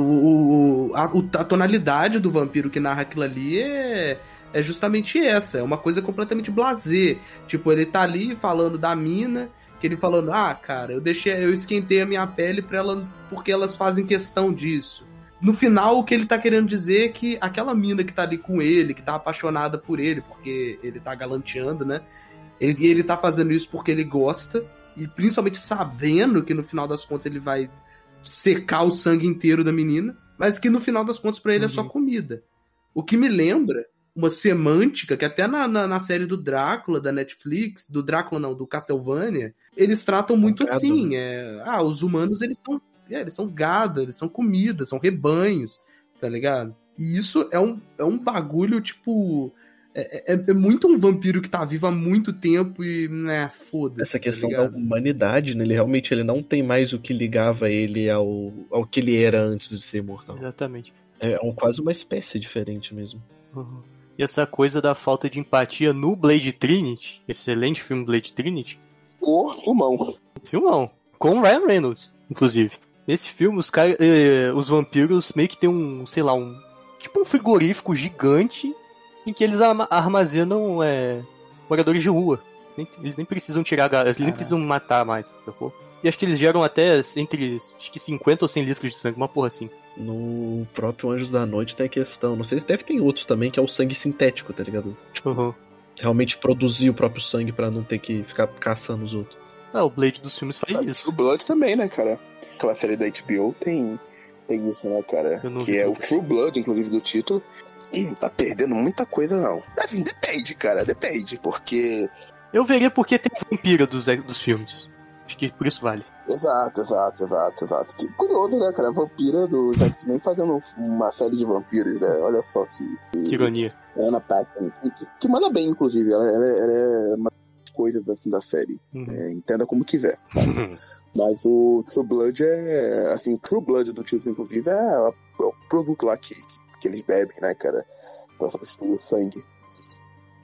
o, a, a tonalidade do vampiro que narra aquilo ali é... é justamente essa, é uma coisa completamente blasé. Tipo, ele tá ali falando da mina, que ele falando, ah, cara, eu deixei, eu esquentei a minha pele pra ela, porque elas fazem questão disso. No final, o que ele tá querendo dizer é que aquela mina que tá ali com ele, que tá apaixonada por ele, porque ele tá galanteando, né? Ele, ele tá fazendo isso porque ele gosta, e principalmente sabendo que no final das contas ele vai secar o sangue inteiro da menina, mas que no final das contas pra ele uhum. é só comida. O que me lembra uma semântica que até na, na, na série do Drácula, da Netflix, do Drácula não, do Castlevania, eles tratam muito gado, assim, né? é, ah, os humanos eles são, é, eles são gado, eles são comida, são rebanhos, tá ligado? E isso é um, é um bagulho, tipo, é, é, é muito um vampiro que tá vivo há muito tempo e, né, foda-se. Essa questão tá da humanidade, né? Ele realmente ele não tem mais o que ligava ele ao, ao que ele era antes de ser imortal. Exatamente. É um, quase uma espécie diferente mesmo. Uhum. E essa coisa da falta de empatia no Blade Trinity, excelente filme Blade Trinity. Ô, filmão. Filmão. Com o Ryan Reynolds, inclusive. Nesse filme, os caras, eh, os vampiros meio que tem um, sei lá, um tipo um frigorífico gigante em que eles armazenam é, moradores de rua. Eles nem, eles nem precisam tirar, eles nem precisam matar mais, sacou? E acho que eles geram até entre acho que cinquenta ou cem litros de sangue, uma porra assim. No próprio Anjos da Noite tem a questão, não sei se deve ter outros também, que é o sangue sintético, tá ligado? Tipo, uhum. realmente produzir o próprio sangue pra não ter que ficar caçando os outros. Ah, o Blade dos filmes faz isso. O Blood também, né, cara? Aquela série da H B O tem, tem isso, né, cara? Que é o True Blood, inclusive, do título. E não tá perdendo muita coisa, não. Assim, depende, cara, depende, porque... Eu veria porque tem vampira dos, dos filmes. Acho que por isso vale. Exato, exato, exato, exato. Que curioso, né, cara? A vampira do X-Men fazendo uma série de vampiros, né? Olha só que... Que ironia. Anna Paquin, que, que manda bem, inclusive. Ela, ela, ela é uma das coisas, assim, da série. Uhum. É, entenda como quiser, tá? Uhum. Mas o True Blood é... Assim, True Blood do título, inclusive, é, é o produto lá que, que, que eles bebem, né, cara? Pra substituir o sangue.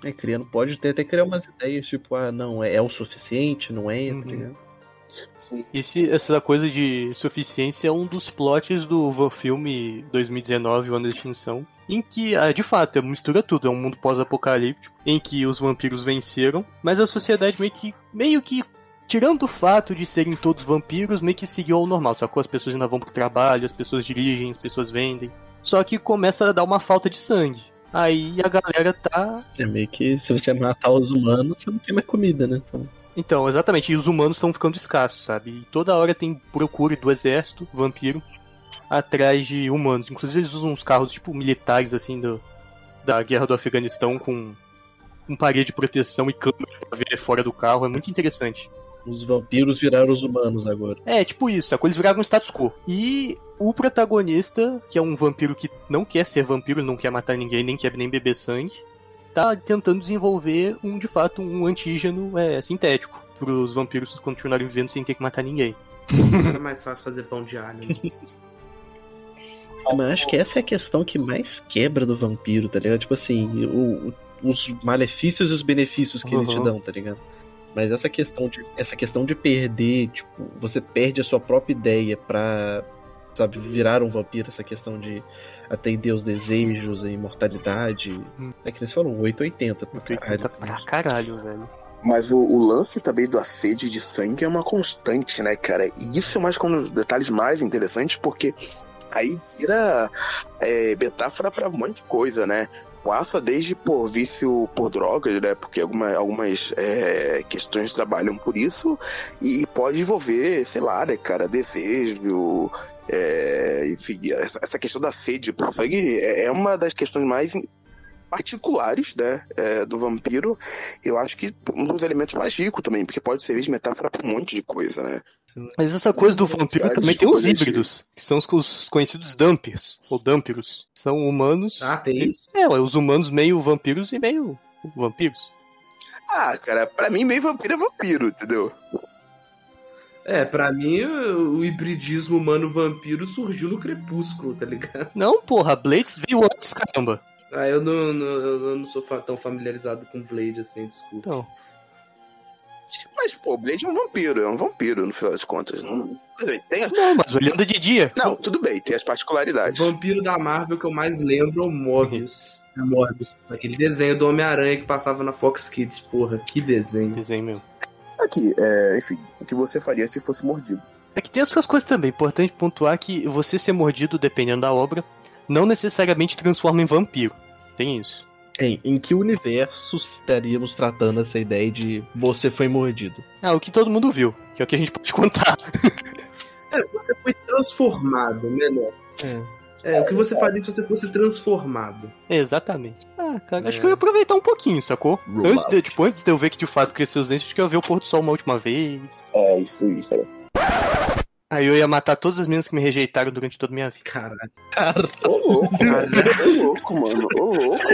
É, criando, pode ter, até criar umas ideias, tipo, ah, não, é, é o suficiente, não é, Uhum. tá ligado? Sim. Esse, essa coisa de suficiência é um dos plots do van- filme dois mil e dezenove, O Ano da Extinção, em que, ah, de fato, mistura tudo. É um mundo pós-apocalíptico, em que os vampiros venceram, mas a sociedade meio que, meio que tirando o fato de serem todos vampiros, meio que seguiu ao normal, sacou? As pessoas ainda vão pro trabalho, as pessoas dirigem, as pessoas vendem. Só que começa a dar uma falta de sangue. Aí a galera tá... É meio que se você matar os humanos, você não tem mais comida, né? Então, Então, exatamente, e os humanos estão ficando escassos, sabe? E toda hora tem procura do exército, vampiro, atrás de humanos. Inclusive eles usam uns carros, tipo, militares, assim, do, da guerra do Afeganistão, com, com parede de proteção e câmera pra ver fora do carro. É muito interessante. os vampiros viraram os humanos agora. É, tipo isso, sacou? Eles viraram um status quo. E o protagonista, que é um vampiro que não quer ser vampiro, não quer matar ninguém, nem quer nem beber sangue, tá tentando desenvolver, um de fato, um antígeno é, sintético, pros vampiros continuarem vivendo sem ter que matar ninguém. Era mais fácil fazer pão de alho. Né? Mas acho que essa é a questão que mais quebra do vampiro, tá ligado? Tipo assim, o, o, os malefícios e os benefícios que Uhum. eles te dão, tá ligado? Mas essa questão de, essa questão de perder, tipo, você perde a sua própria ideia pra, sabe, virar um vampiro, essa questão de atender os desejos, a imortalidade. Hum. É que eles falam oito ou oitenta, pra caralho. Pra caralho, velho. Mas o, o lance também da sede de sangue é uma constante, né, cara? E isso é mais um dos detalhes mais interessantes, porque aí vira é, metáfora pra um monte de coisa, né? Passa desde por vício por drogas, né? Porque alguma, algumas é, questões trabalham por isso, e pode envolver, sei lá, né, cara, desejo, é, enfim, essa, essa questão da sede por sangue é, é uma das questões mais particulares, né, é, do vampiro. Eu acho que um dos elementos mais ricos também, porque pode servir de metáfora pra um monte de coisa, né? Mas essa coisa do vampiro Sabe, também tem os desculpa, gente. híbridos, que são os, os conhecidos Dampers, ou Dampiros. São humanos... Ah, tem isso? É, ué, os humanos meio vampiros e meio vampiros. Ah, cara, pra mim meio vampiro é vampiro, entendeu? É, pra mim o, o hibridismo humano-vampiro surgiu no Crepúsculo, tá ligado? Não, porra, Blades veio antes, caramba. Ah, eu não, não, eu não sou fa- tão familiarizado com Blade assim, desculpa. Então, Mas, pô, o Blade é um vampiro, é um vampiro, no final das contas. Não, tem as- não, mas ele anda de dia. não, tudo bem, tem as O particularidades. vampiro da Marvel que eu mais lembro é o Morbius. É Morbius. Aquele desenho do Homem-Aranha que passava na Fox Kids, porra, que desenho. Desenho mesmo. Aqui, é, enfim, o que você faria se fosse mordido? É que tem essas coisas também. Importante pontuar que você ser mordido, dependendo da obra, não necessariamente transforma em vampiro. Tem isso. Em, em que universo estaríamos tratando essa ideia de você foi mordido? Ah, o que todo mundo viu, que é o que a gente pode contar. É, você foi transformado, menor. É. É, o que você faria se você fosse transformado? Exatamente. Ah, cara, acho É. que eu ia aproveitar um pouquinho, sacou? Roll Antes de, out. tipo, antes de eu ver que de fato cresceu os dentes, acho que eu ia ver o pôr do sol uma última vez. É, isso, isso. É. Aí eu ia matar todas as meninas que me rejeitaram durante toda a minha vida. Caralho. Cara, Ô, louco, cara. Ô, louco, mano. Ô, louco.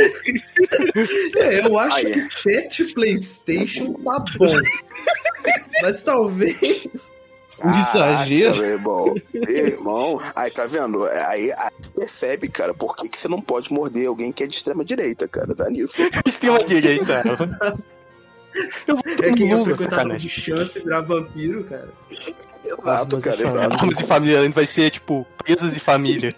É, eu acho Aí, que é. sete PlayStation tá bom. Mas talvez. um exagero. meu irmão. Meu irmão. Aí, tá vendo? Aí, aí percebe, cara, por que, que você não pode morder alguém que é de extrema direita, cara. Dá nisso. Extrema direita. Eu vou É quem eu Lula, frequentava sacanagem. de chance virar vampiro, cara. Exato, Armas cara, e exato. Armas de família, antes vai ser, tipo, presas de família.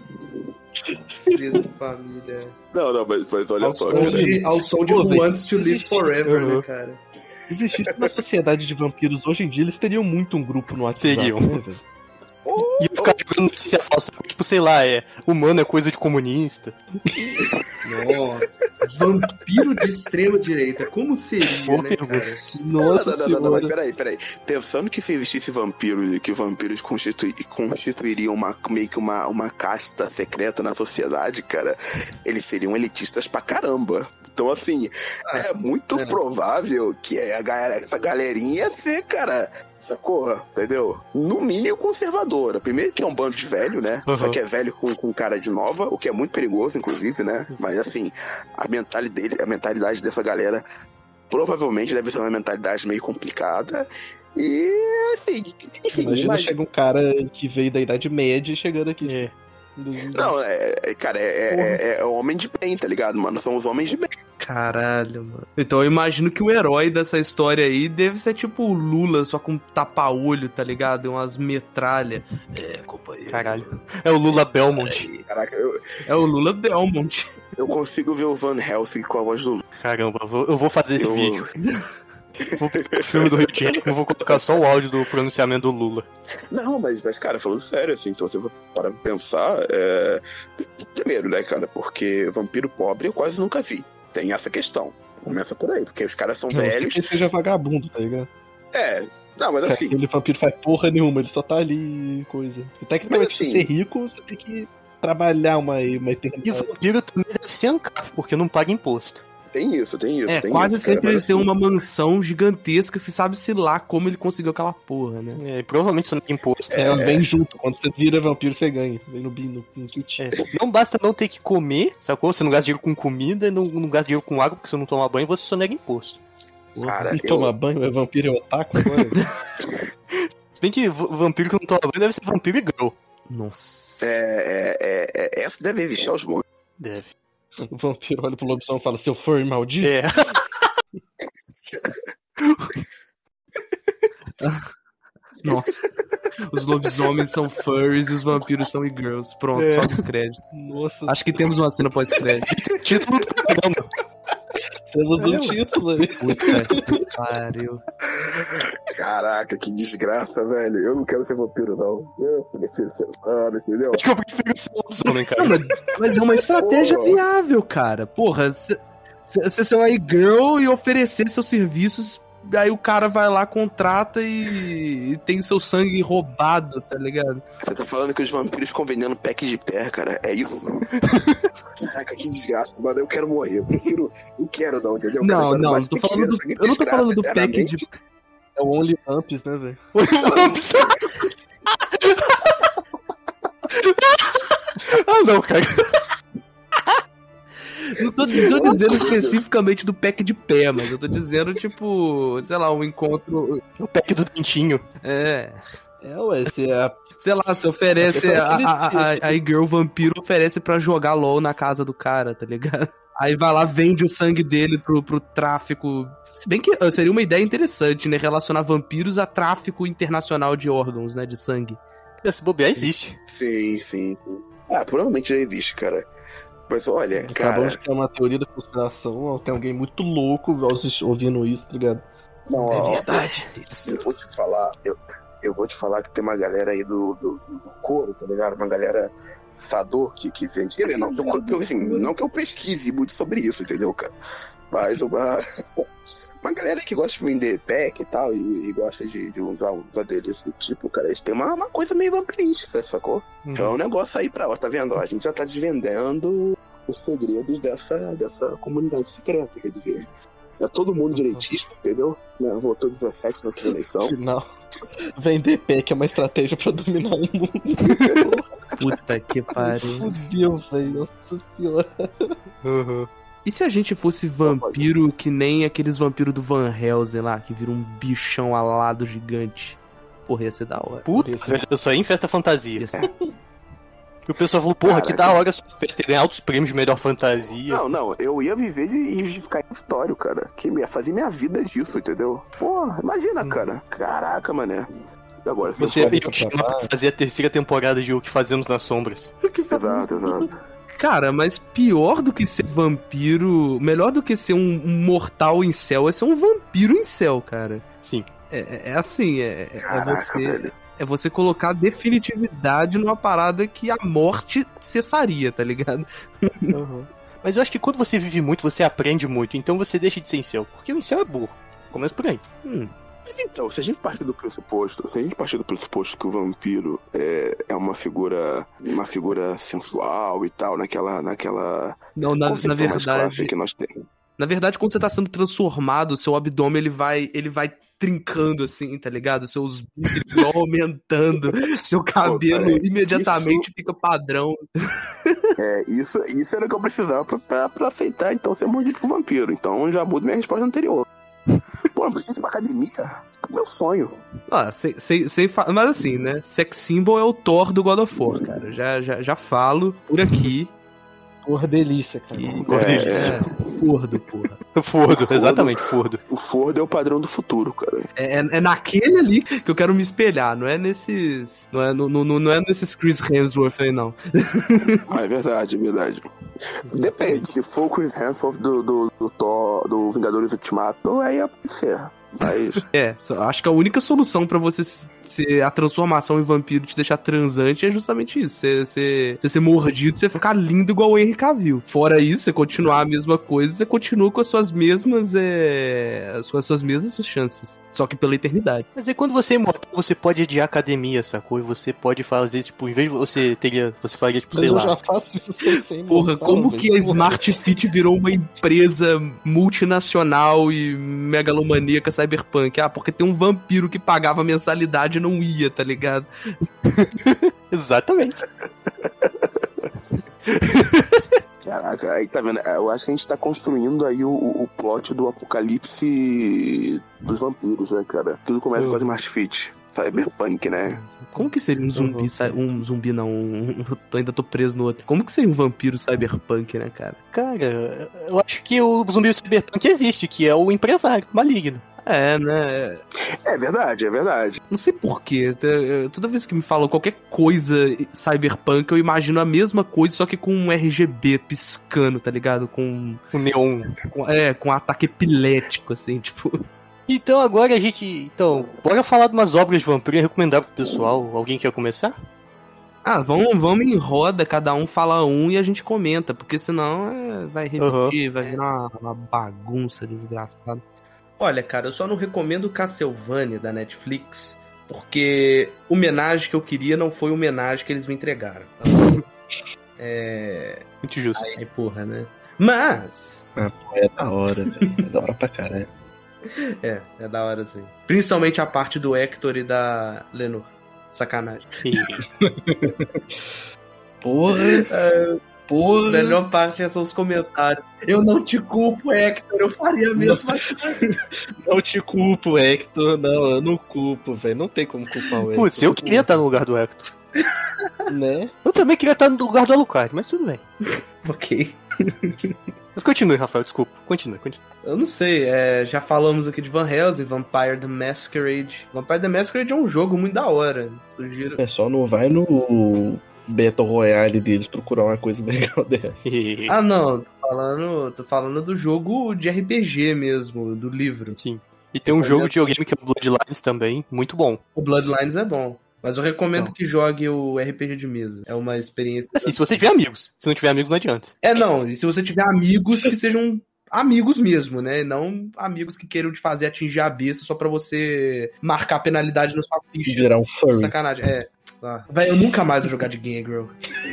Presa de família. Não, não, mas, mas olha Ao só, som cara. de, ao som de Pô, Who velho, Wants to Live existe- Forever, Uhum. né, cara? se existisse uma sociedade de vampiros hoje em dia, eles teriam muito um grupo no WhatsApp, Teriam. né, velho? E eu ficar jogando notícia falsa, tipo, sei lá, é humano é coisa de comunista. Nossa. Vampiro de extrema direita. Como seria, Boa né, pergunta. cara? Nossa não, não, não, não, não, mas senhora. peraí, peraí. Pensando que se existisse vampiros, que vampiros constitui, constituiriam uma, meio que uma, uma casta secreta na sociedade, cara, eles seriam elitistas pra caramba. Então, assim, Ah, é muito é. provável que a galera, essa galerinha ia ser, cara, sacou? Entendeu? No mínimo conservadora. Primeiro que é um bando de velho, né? Uhum. Só que é velho com, com cara de nova, o que é muito perigoso, inclusive, né? Mas, assim, a mentalidade, dele, a mentalidade dessa galera provavelmente deve ser uma mentalidade meio complicada. E, assim, enfim, Imagina imagina. chega um cara que veio da Idade Média chegando aqui. É. Não, é, é cara, é, é, é homem de bem, tá ligado, mano? São os homens de bem. Caralho, mano. Então eu imagino que o herói dessa história aí deve ser tipo o Lula, só com tapa-olho, tá ligado? E umas metralhas. É, companheiro. Caralho. É o Lula Belmont. Caraca, eu, É o Lula Belmont. eu consigo ver o Van Helsing com a voz do Lula. Caramba, eu vou, eu vou fazer esse Eu- vídeo. Vou pegar o filme do Rio de Janeiro, eu vou colocar só o áudio do pronunciamento do Lula. Não, mas, mas, cara, falando sério, assim, se você for para pensar, é... primeiro, né, cara, porque vampiro pobre eu quase nunca vi. Tem essa questão. Começa por aí, porque os caras são Não, velhos. que ele seja vagabundo, tá ligado? É, não, mas assim, Aquele vampiro faz porra nenhuma, ele só tá ali e coisa. E tecnicamente, Mas, assim- pra ser rico, você tem que trabalhar uma, uma E o eternidade. vampiro também deve ser ANCAP, porque não paga imposto. tem isso, tem isso, É, tem quase isso, cara, sempre mas, ser assim, uma mansão gigantesca que sabe-se lá como ele conseguiu aquela porra, né? É, e provavelmente isso não tem imposto. É, vem junto. Quando você vira vampiro, você ganha. Vem no, bin- no, no kit. É, não basta não ter que comer, sacou? Você não gasta dinheiro com comida, não, não gasta dinheiro com água, porque você não toma banho, você só nega imposto. Cara, Não eu, toma banho, é vampiro e otaku agora. Se bem que v- vampiro que não toma banho deve ser vampiro e girl. Nossa. é, é, é, é, essa deve existir aos montes. Deve. O vampiro olha pro lobisomem e fala, seu furry maldito. É. Nossa. Os lobisomens são furries e os vampiros são e-girls. Pronto, É. só os créditos. Nossa, Acho que temos uma cena pós-crédito. Título do programa. temos É, um ué. título aí. Puta que pariu. Caraca, que desgraça, velho. Eu não quero ser vampiro, não. Eu prefiro ser humano, entendeu? Acho que eu prefiro ser lobisomem, cara. Não, mas, mas é uma estratégia Porra. viável, cara. Porra, você ser uma e-girl e oferecer seus serviços, aí o cara vai lá, contrata e, e tem seu sangue roubado, tá ligado? Você tá falando que os vampiros ficam vendendo pack de pé, cara? É isso? Caraca, que desgraça, mano. Eu quero morrer. Eu prefiro. Eu quero, não, entendeu? Eu quero Não, só não, mais tô ter que falando ver do, essa eu não tô falando do desgraça pack de... eternamente. É o Only Vamps, né, velho? Ah, não, cara. Não tô, não tô dizendo especificamente do pack de pé, mas eu tô dizendo, tipo, sei lá, um encontro... O pack do dentinho. É... É, ué, você é a... Sei lá, você oferece. A, a, a, a e-girl vampiro oferece pra jogar LOL na casa do cara, tá ligado? Aí vai lá, vende o sangue dele pro, pro tráfico. Se bem que uh, seria uma ideia interessante, né? Relacionar vampiros a tráfico internacional de órgãos, né? De sangue. Esse bobear existe. Sim, sim, sim. Ah, provavelmente já existe, cara. Mas olha, Acabamos cara. de ter uma teoria da conspiração, tem alguém muito louco ouvindo isso, tá ligado? Não, ó, verdade. eu vou te falar. Eu, eu vou te falar que tem uma galera aí do, do, do couro, tá ligado? Uma galera sador que, que vende. Quer dizer, não, que eu, que eu, assim, não que eu pesquise muito sobre isso, entendeu, cara? Mas uma, uma galera que gosta de vender pack e tal, e, e gosta de, de usar uns adereços do tipo, cara, eles têm uma, uma coisa meio vampirística, sacou? Então é um negócio aí pra, ó, tá vendo? Ó, a gente já tá desvendando os segredos dessa, dessa comunidade secreta, quer dizer. É todo mundo direitista, entendeu? Né? Votou dezessete na última eleição. Afinal, vender pack é uma estratégia pra dominar o mundo. Puta que pariu. Fudeu, velho. Nossa senhora. Uhum. E se a gente fosse vampiro que nem aqueles vampiros do Van Helsing lá, que viram um bichão alado gigante? Porra, ia ser da hora. Puta, Esse- velho, eu só ia em festa fantasia. Ia ser... E o pessoal falou, porra, que Caraca. da hora essa festa, ganhar altos prêmios de melhor fantasia. Não, não, eu ia viver de, de ficar em história, cara. Que ia fazer minha vida disso, entendeu? Porra, imagina, cara. Caraca, mané. E agora, se eu Você for- ia te chamar pra fazer a terceira temporada de O Que Fazemos nas Sombras. Exato, exato. Cara, mas pior do que ser vampiro, melhor do que ser um, um mortal em céu, é ser um vampiro em céu, cara. Sim. É, é- é assim, é, é Caraca, você... velho. É você colocar definitividade numa parada que a morte cessaria, tá ligado? Uhum. Mas eu acho que quando você vive muito, você aprende muito. Então você deixa de ser incel. Porque o incel é burro. Começa por aí. Hum. Então, se a gente partir do pressuposto, se a gente partir do pressuposto que o vampiro é, é uma figura, uma figura sensual e tal, naquela, naquela Não, na, na concepção mais verdade... clássica que nós temos. Na verdade, quando você tá sendo transformado, o seu abdômen ele vai, ele vai trincando assim, tá ligado? Seus bíceps vão aumentando, seu cabelo Pô, cara, imediatamente fica padrão. É, isso, isso era o que eu precisava pra, pra, pra aceitar, então, ser mordido por vampiro. Então já mudo minha resposta anterior. Pô, Pô, não precisa ir pra academia? Meu sonho. Ah, sem, sem, sem fa... Mas assim, né? Sex Symbol é o Thor do God of War, cara. Já, já, já falo por aqui. Porra, delícia, cara. Que... Porra, É, delícia. É, Fordo, porra. Fordo, exatamente, Fordo. O Ford é o padrão do futuro, cara. É, é, é naquele ali que eu quero me espelhar, não é nesses. Não é, no, no, não é nesses Chris Hemsworth aí, não. Ah, é verdade, é verdade. Depende, se for o Chris Hemsworth do, do, do, Thor, do Vingadores Ultimato, aí é pode ser. Mas. É, só, acho que a única solução pra você ser a transformação em vampiro te deixar transante é justamente isso. Você, você, você ser mordido, você ficar lindo igual o Henry Cavill. Fora isso, você continuar a mesma coisa, você continua com as suas mesmas. É, as suas, suas mesmas chances. Só que pela eternidade. Mas aí quando você é imortal, você pode adiar a academia, sacou? E você pode fazer, tipo, em vez de você teria. Você faria, tipo, Mas sei eu lá. já faço isso sem ser Porra, imortal, como velho. que a Smart Fit virou uma empresa multinacional e megalomaníaca cyberpunk? Ah, porque tem um vampiro que pagava mensalidade e não ia, tá ligado? Exatamente. Caraca, aí tá vendo? Eu acho que a gente tá construindo aí o, o plot do apocalipse dos vampiros, né, cara? Tudo começa Uhum. com a Smart Fit. Cyberpunk, né? Como que seria um zumbi, Uhum. cy- um zumbi não, um, eu ainda tô preso no outro. Como que seria um vampiro cyberpunk, né, cara? Cara, eu acho que o zumbi cyberpunk existe, que é o empresário maligno. É, né? É verdade, é verdade. Não sei porquê. Toda vez que me falam qualquer coisa cyberpunk, eu imagino a mesma coisa, só que com um R G B piscando, tá ligado? Com, O neon. com é, com ataque epilético, assim, tipo. Então agora a gente. Então, bora falar de umas obras de vampiro e recomendar pro pessoal. Alguém quer começar? Ah, vamos, vamos em roda, cada um fala um e a gente comenta, porque senão é, vai repetir, vai virar uma, uma bagunça desgraçada. Olha, cara, eu só não recomendo Castlevania da Netflix, porque o homenagem que eu queria não foi o homenagem que eles me entregaram. É. Muito justo. Aí, porra, né? Mas. Ah, pô, é da hora, velho. É da hora pra caralho. É, é da hora sim. Principalmente a parte do Hector e da Lenor. Sacanagem. Porra, porra. A melhor parte são os comentários. Eu não te culpo, Hector, eu faria a mesma coisa. Não te culpo, Hector. Não, eu não culpo, velho. Não tem como culpar o Hector. Putz, eu queria estar no lugar do Hector. Né? Eu também queria estar no lugar do Alucard, mas tudo bem. Ok. Mas continue, Rafael, desculpa. Continue, continue. Eu não sei, é, já falamos aqui de Van Helsing, Vampire the Masquerade. Vampire the Masquerade é um jogo muito da hora. Sugiro. É só não vai no Battle Royale deles procurar uma coisa legal dessa. Ah, não, tô falando, tô falando do jogo de R P G mesmo, do livro. Sim. E tem um jogo de videogame que é o Bloodlines também, muito bom. O Bloodlines é bom. Mas eu recomendo Não. que jogue o R P G de mesa. É uma experiência. Assim, se você tiver amigos. Se não tiver amigos, não adianta. É, não. E se você tiver amigos que sejam amigos mesmo, né? Não amigos que queiram te fazer atingir a besta só pra você marcar penalidade na sua E ficha. virar um furry. Sacanagem. É. Ah. Véi, eu nunca mais vou jogar de Gangrel.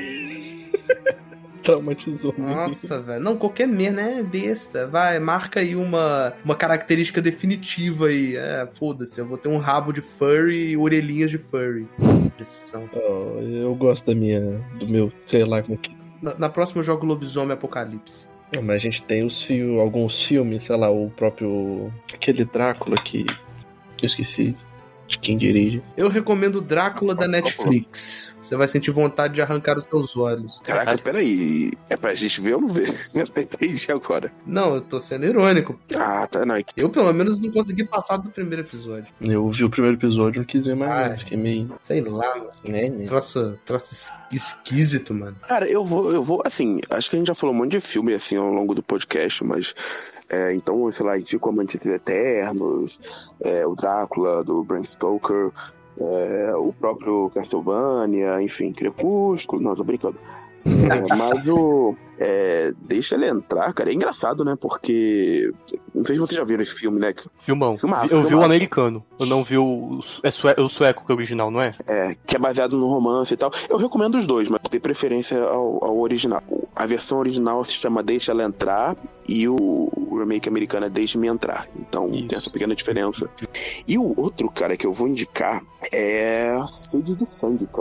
Traumatizou. Nossa, velho. Não, qualquer merda, né? Besta. Vai, marca aí uma, uma característica definitiva aí. É, foda-se. Eu vou ter um rabo de furry e orelhinhas de furry. Pressão. Oh, eu gosto da minha. Do meu, sei lá como que. Na, na próxima eu jogo Lobisomem Apocalipse. Ah, mas a gente tem os fio, alguns filmes, sei lá, o próprio. Aquele Drácula que. Eu esqueci de quem dirige. Eu recomendo Drácula da Netflix. Você vai sentir vontade de arrancar os seus olhos. Caraca, peraí. É pra gente ver ou não ver? Eu entendi agora. Não, eu tô sendo irônico. Ah, tá, não. é que- Eu, pelo menos, não consegui passar do primeiro episódio. Eu vi o primeiro episódio e não quis ver mais Ah, nada. Fiquei meio. Sei lá, mano. Né, né? Troço, troço es- esquisito, mano. Cara, eu vou, eu vou, assim, acho que a gente já falou um monte de filme, assim, ao longo do podcast, mas, é, então, sei lá, indico Amantes Eternos, é, o Drácula, do Bram Stoker, é, o próprio Castlevania, enfim, Crepúsculo, não, tô brincando. É, mas o. É, deixa ele entrar, cara. É engraçado, né? Porque. Não sei se vocês já viram esse filme, né? Filmão. Filmaço, eu vi o filmaço. americano. Eu não vi o, é sue, o sueco, que é o original, não é? É, que é baseado no romance e tal. Eu recomendo os dois, mas dê preferência ao, ao original. A versão original se chama Deixa Ela Entrar e o, o remake americano é Deixe-me Entrar. Então Isso. tem essa pequena diferença. E o outro, cara, que eu vou indicar é Sede de Sangue, cara.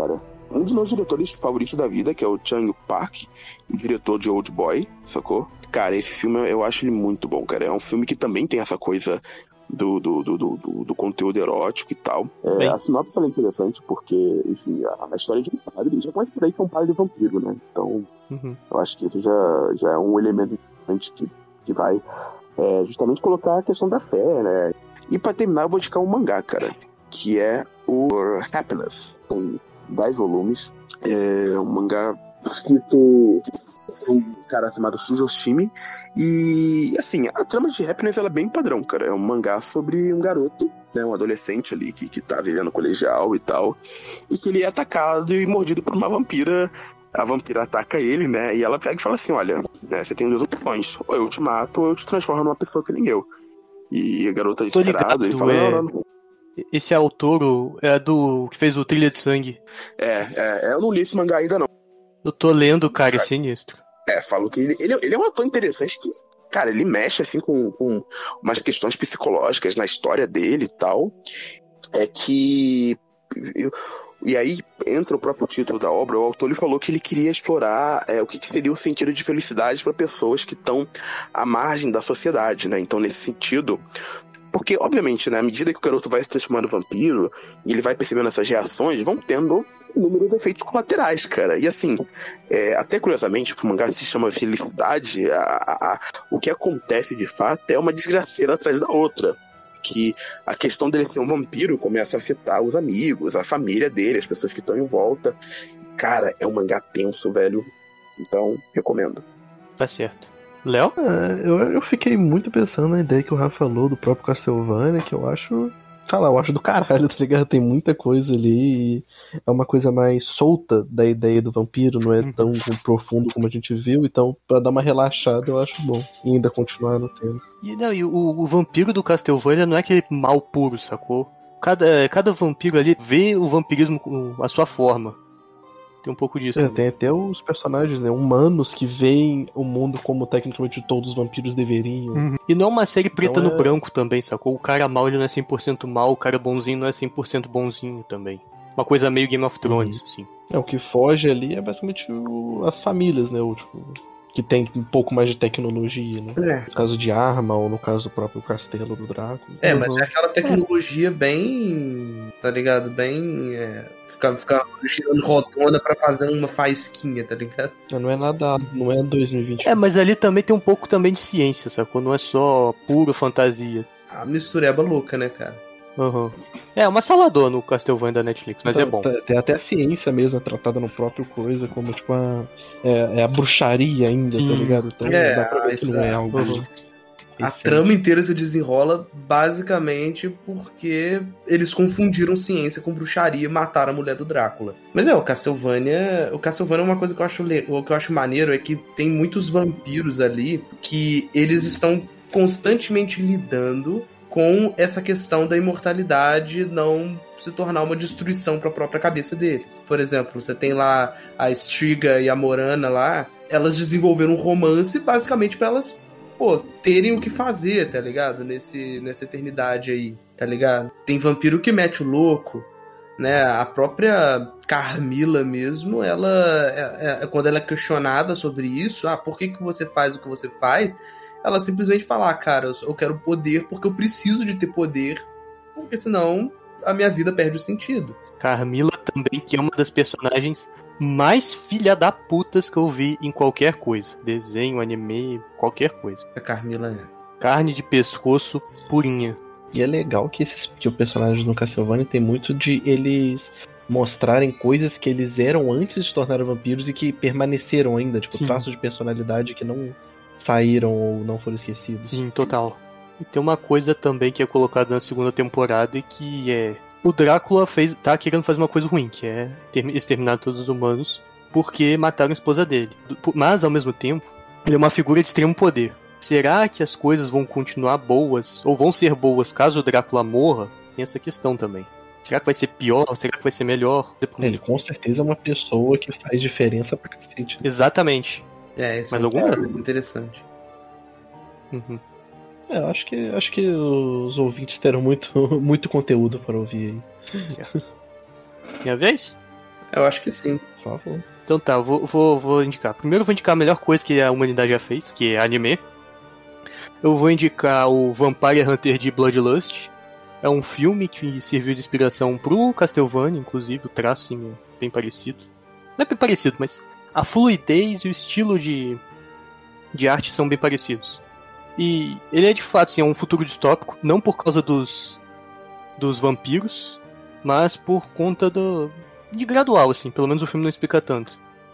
um dos meus diretores favoritos da vida, que é o Chang Park, o diretor de Old Boy, sacou? Cara, esse filme eu acho ele muito bom, cara. É um filme que também tem essa coisa do, do, do, do, do conteúdo erótico e tal. É, a sinopse é interessante porque, enfim, a, a história de um padre, já começa por aí que é um padre vampiro, né? Então, uhum. eu acho que isso já, já é um elemento importante que, que vai é, justamente colocar a questão da fé, né? E pra terminar, eu vou indicar um mangá, cara, que é o Happiness. Tem dez volumes. É um mangá escrito por um cara chamado Sujoshimi. E, assim, a trama de Happiness ela é bem padrão, cara. É um mangá sobre um garoto, né, um adolescente ali que, que tá vivendo colegial e tal. E que ele é atacado e mordido por uma vampira. A vampira ataca ele, né? E ela pega e fala assim, olha, né, você tem duas opções. Ou eu te mato ou eu te transformo numa pessoa que nem eu. E a garota desesperada, ele fala, é... não, não, não. Esse autor é do que fez o Trilha de Sangue. É, é, eu não li esse mangá ainda não. Eu tô lendo, cara, é sinistro. É, falo que ele, ele, ele é um ator interessante que, cara, ele mexe assim com, com umas questões psicológicas na história dele e tal. É que... Eu, e aí entra o próprio título da obra. O autor ele falou que ele queria explorar é, o que seria o sentido de felicidade para pessoas que estão à margem da sociedade, né? Então, nesse sentido... Porque, obviamente, né, à medida que o garoto vai se transformando em vampiro e ele vai percebendo essas reações, vão tendo inúmeros efeitos colaterais, cara. E assim, é, até curiosamente, o mangá se chama Felicidade, a, a, a, o que acontece de fato é uma desgraceira atrás da outra. Que a questão dele ser um vampiro começa a afetar os amigos, a família dele, as pessoas que estão em volta. Cara, é um mangá tenso, velho. Então, recomendo. Tá certo. Léo? É, eu, eu fiquei muito pensando na ideia que o Rafa falou do próprio Castlevania, que eu acho, sei lá, eu acho do caralho, tá ligado? Tem muita coisa ali e é uma coisa mais solta da ideia do vampiro, não é tão profundo como a gente viu, então pra dar uma relaxada eu acho bom. E ainda continuar no tema. E, não, e o, o vampiro do Castlevania não é aquele mal puro, sacou? Cada, cada vampiro ali vê o vampirismo com a sua forma. Tem um pouco disso. É, tem até os personagens, né, humanos que veem o mundo como tecnicamente todos os vampiros deveriam. Uhum. E não é uma série preta então no é... branco também, sacou? O cara mal ele não é cem por cento mal, o cara bonzinho não é cem por cento bonzinho também. Uma coisa meio Game of Thrones, uhum. assim. É, o que foge ali é basicamente o... as famílias, né, o, tipo... que tem um pouco mais de tecnologia, né? É. No caso de arma, ou no caso do próprio castelo do Drácula. É, uhum. Mas é aquela tecnologia é. bem... tá ligado? Bem... É, ficar, ficar girando rotunda pra fazer uma faísquinha, tá ligado? Não é nada... não é dois mil e vinte. É, mas ali também tem um pouco também de ciência, sacou? Não é só pura fantasia. A mistureba louca, né, cara? Uhum. É, uma salador no Castlevania da Netflix, mas então, é bom. Tem até a ciência mesmo tratada no próprio coisa, como tipo a, é, é a bruxaria ainda, Sim. tá ligado? Então é, dá pra ver que não é algo... Uhum. A trama inteira se desenrola basicamente porque eles confundiram ciência com bruxaria e mataram a mulher do Drácula. Mas é, o Castlevania... O Castlevania é uma coisa que eu acho, o que eu acho maneiro é que tem muitos vampiros ali que eles estão constantemente lidando com essa questão da imortalidade não se tornar uma destruição para a própria cabeça deles. Por exemplo, você tem lá a Striga e a Morana lá, elas desenvolveram um romance basicamente para elas, pô, terem o que fazer, tá ligado? Nesse, nessa eternidade aí, tá ligado? Tem vampiro que mete o louco, né? A própria Carmilla mesmo, ela, é, é, quando ela é questionada sobre isso, ah, por que que você faz o que você faz? Ela simplesmente fala, ah, cara, eu quero poder porque eu preciso de ter poder, porque senão a minha vida perde o sentido. Carmilla também, que é uma das personagens mais filha da putas que eu vi em qualquer coisa. Desenho, anime, qualquer coisa. A Carmilla é. Carne de pescoço purinha. E é legal que, esses, que o personagem no Castlevania tem muito de eles mostrarem coisas que eles eram antes de se tornarem vampiros e que permaneceram ainda, tipo, Sim. traços de personalidade que não... saíram ou não foram esquecidos. Sim, total. E tem uma coisa também que é colocada na segunda temporada e que é... O Drácula fez, tá querendo fazer uma coisa ruim, que é exterminar todos os humanos porque mataram a esposa dele. Mas, ao mesmo tempo, ele é uma figura de extremo poder. Será que as coisas vão continuar boas, ou vão ser boas caso o Drácula morra? Tem essa questão também. Será que vai ser pior? Será que vai ser melhor? Ele com certeza é uma pessoa que faz diferença pra cacete. Exatamente. É, isso Mas é alguma? muito interessante. Uhum. É, eu acho que, acho que os ouvintes terão muito, muito conteúdo para ouvir aí. Minha vez? Eu acho que sim. Por favor. Então tá, eu vou, vou, vou indicar. Primeiro eu vou indicar a melhor coisa que a humanidade já fez, que é anime. Eu vou indicar o Vampire Hunter de Bloodlust. É um filme que serviu de inspiração pro Castlevania, inclusive, o traço sim, é bem parecido. Não é bem parecido, mas a fluidez e o estilo de, de arte são bem parecidos. E ele é de fato sim, é um futuro distópico, não por causa dos, dos vampiros, mas por conta do, de gradual, assim, pelo menos o filme não explica tanto.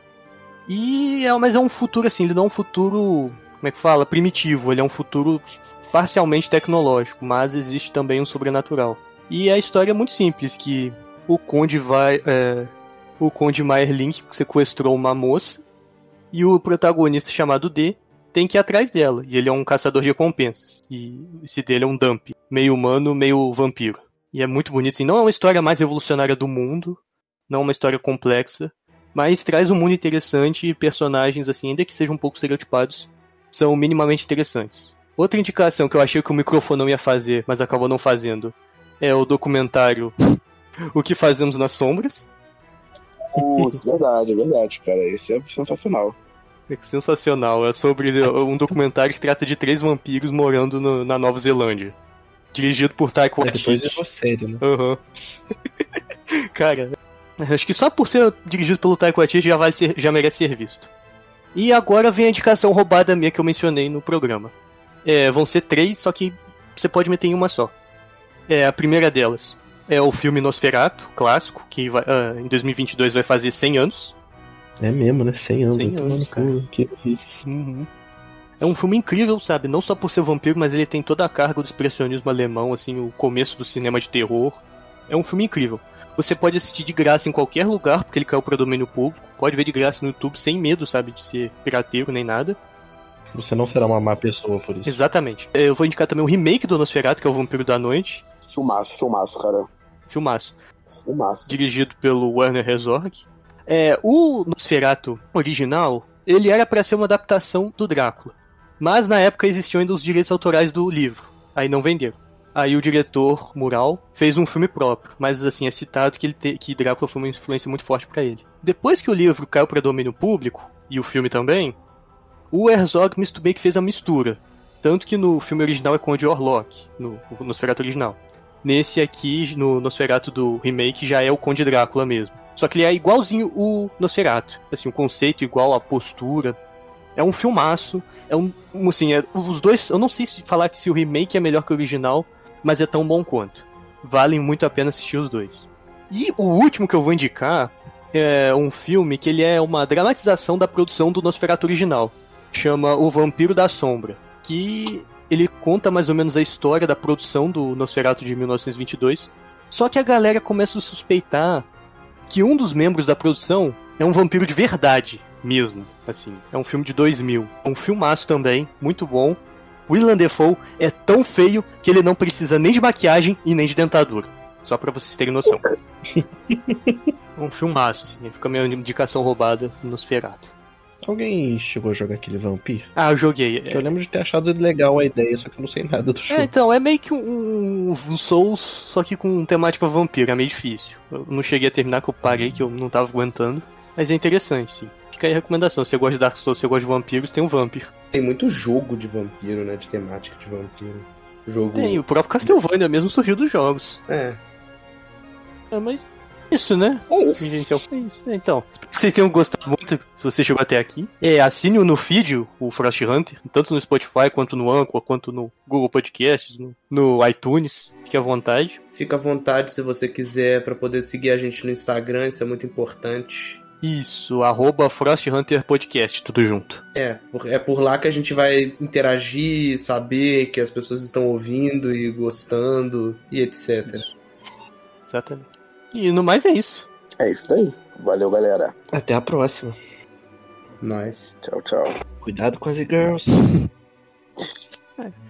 E é, mas é um futuro assim, ele não é um futuro, como é que fala, primitivo, ele é um futuro parcialmente tecnológico, mas existe também um sobrenatural. E a história é muito simples, que o Conde vai, é, o Conde Maerlink sequestrou uma moça e o protagonista chamado D tem que ir atrás dela, e ele é um caçador de recompensas. E esse dele é um dump, meio humano, meio vampiro. E é muito bonito, assim, não é uma história mais revolucionária do mundo, não é uma história complexa, mas traz um mundo interessante e personagens, assim, ainda que sejam um pouco estereotipados, são minimamente interessantes. Outra indicação que eu achei que o microfone não ia fazer, mas acabou não fazendo, é o documentário O que Fazemos nas Sombras. Putz, verdade, verdade, cara. Esse é sensacional. É sensacional. É sobre um documentário que trata de três vampiros morando no, na Nova Zelândia. Dirigido por Taika Depois Waititi. é uma série, né? Aham. Cara, acho que só por ser dirigido pelo Taika Waititi já, vale ser, já merece ser visto. E agora vem a indicação roubada minha que eu mencionei no programa. É, vão ser três, só que você pode meter em uma só. É, a primeira delas é o filme Nosferatu, clássico, que vai, uh, em dois mil e vinte e dois vai fazer cem anos. É mesmo, né? cem anos. cem então, anos, cara. Que isso. Uhum. É um filme incrível, sabe? Não só por ser vampiro, mas ele tem toda a carga do expressionismo alemão, assim, o começo do cinema de terror. É um filme incrível. Você pode assistir de graça em qualquer lugar, porque ele caiu para domínio público. Pode ver de graça no YouTube, sem medo, sabe? De ser pirateiro nem nada. Você não será uma má pessoa por isso. Exatamente. Eu vou indicar também o remake do Nosferatu, que é o Vampiro da Noite. Filmaço, filmaço, cara. Filmaço. Filmaço. Dirigido pelo Werner Herzog. É, o Nosferatu original, ele era para ser uma adaptação do Drácula. Mas na época existiam ainda os direitos autorais do livro. Aí não venderam. Aí o diretor Mural fez um filme próprio. Mas assim, é citado que, ele te, que Drácula foi uma influência muito forte para ele. Depois que o livro caiu para domínio público, e o filme também, o Herzog meio que fez a mistura. Tanto que no filme original é Conde Orlok, no, no Nosferatu original. Nesse aqui, no Nosferatu do remake, já é o Conde Drácula mesmo. Só que ele é igualzinho o Nosferatu. Assim, o conceito igual, a postura. É um filmaço. É um, um assim, é, os dois, eu não sei se falar que se o remake é melhor que o original, mas é tão bom quanto. Valem muito a pena assistir os dois. E o último que eu vou indicar é um filme que ele é uma dramatização da produção do Nosferatu original. Chama O Vampiro da Sombra, que ele conta mais ou menos a história da produção do Nosferatu de mil novecentos e vinte e dois, só que a galera começa a suspeitar que um dos membros da produção é um vampiro de verdade mesmo, assim, é um filme de dois mil, é um filmaço também, muito bom. Willem Dafoe é tão feio que ele não precisa nem de maquiagem e nem de dentadura, só pra vocês terem noção. É um filmaço, assim, fica a minha indicação roubada no Nosferatu. Alguém chegou a jogar aquele Vampir? Ah, eu joguei. Eu lembro de ter achado legal a ideia, só que eu não sei nada do jogo. É, então, é meio que um, um Souls, só que com temática vampiro, é meio difícil. Eu não cheguei a terminar, que eu parei, que eu não tava aguentando. Mas é interessante, sim. Fica aí a recomendação. Se você gosta de Dark Souls, se você gosta de vampiros, tem o Vampir. Tem muito jogo de vampiro, né? De temática de vampiro. Jogo... Tem, o próprio Castlevania mesmo surgiu dos jogos. É. É, mas... Isso, né? É isso. Gente, é isso. Então, espero que vocês tenham gostado muito, se você chegou até aqui. É, assine no feed o Frost Hunter, tanto no Spotify, quanto no Anchor, quanto no Google Podcasts, no, no iTunes. Fique à vontade. Fica à vontade se você quiser, pra poder seguir a gente no Instagram, isso é muito importante. Isso, arroba Frost Hunter Podcast, tudo junto. É, é por lá que a gente vai interagir, saber que as pessoas estão ouvindo e gostando e etcétera. Isso. Exatamente. E no mais é isso. É isso daí. Valeu, galera. Até a próxima. Nice. Tchau, tchau. Cuidado com as girls. É.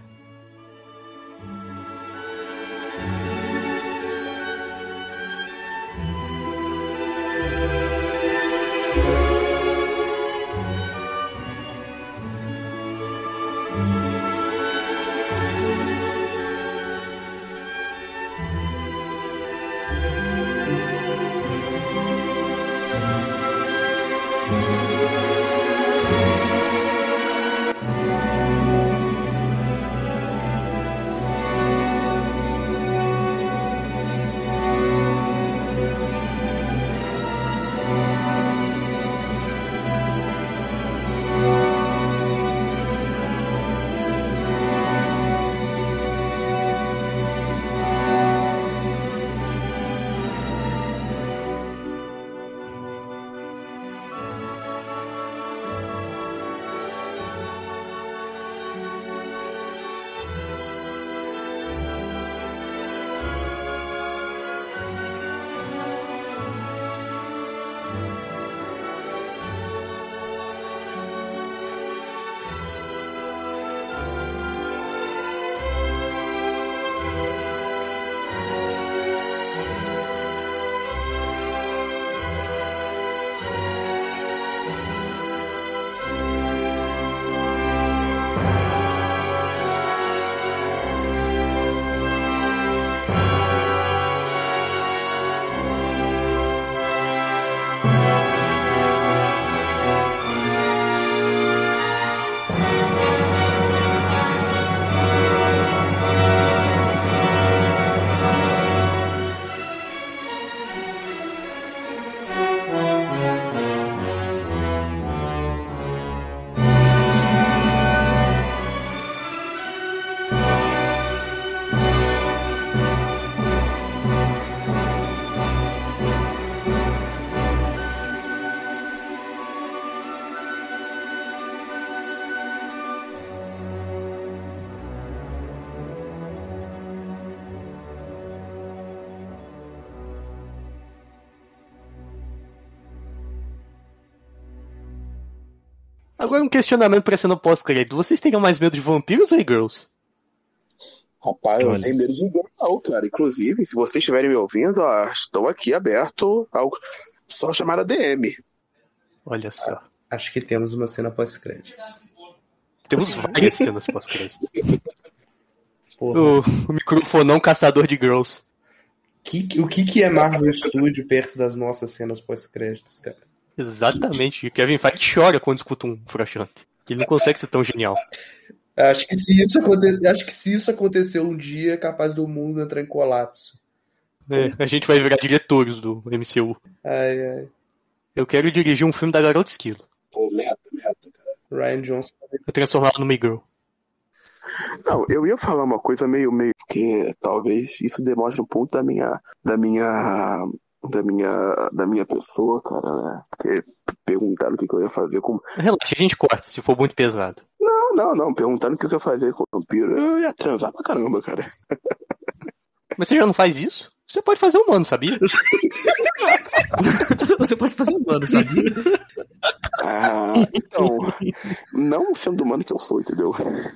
Agora um questionamento pra cena pós-crédito. Vocês teriam mais medo de vampiros ou de girls? Rapaz, eu Olha. não tenho medo de ninguém, não, cara. Inclusive, se vocês estiverem me ouvindo, ó, estou aqui aberto ao só chamar a D M. Olha só. Acho que temos uma cena pós-créditos. Temos várias cenas pós-crédito. Porra. O, o microfonão caçador de girls. Que, o que, que é Marvel Studio perto das nossas cenas pós-créditos, cara? Exatamente. O Kevin Feige chora quando escuta um Frachante. Que ele não consegue ser tão genial. Acho que se isso, aconte... Acho que se isso acontecer um dia, é capaz do mundo entrar em colapso. É, a gente vai virar diretores do M C U. Ai, ai. Eu quero dirigir um filme da Garota Esquilo. Pô, meta, meta, cara. Ryan Johnson. Eu transformar ela numa girl. Não, eu ia falar uma coisa meio, meio que talvez isso demonstre um pouco da minha, da minha, da minha, da minha pessoa, cara, né? Porque perguntaram o que, que eu ia fazer com... Relaxa, a gente corta, se for muito pesado. Não, não, não, perguntaram o que, que eu ia fazer com o vampiro. Eu ia transar pra caramba, cara. Mas você já não faz isso? Você pode fazer humano, sabia? Você pode fazer um ano, sabia? Ah, então, não sendo humano que eu sou, entendeu?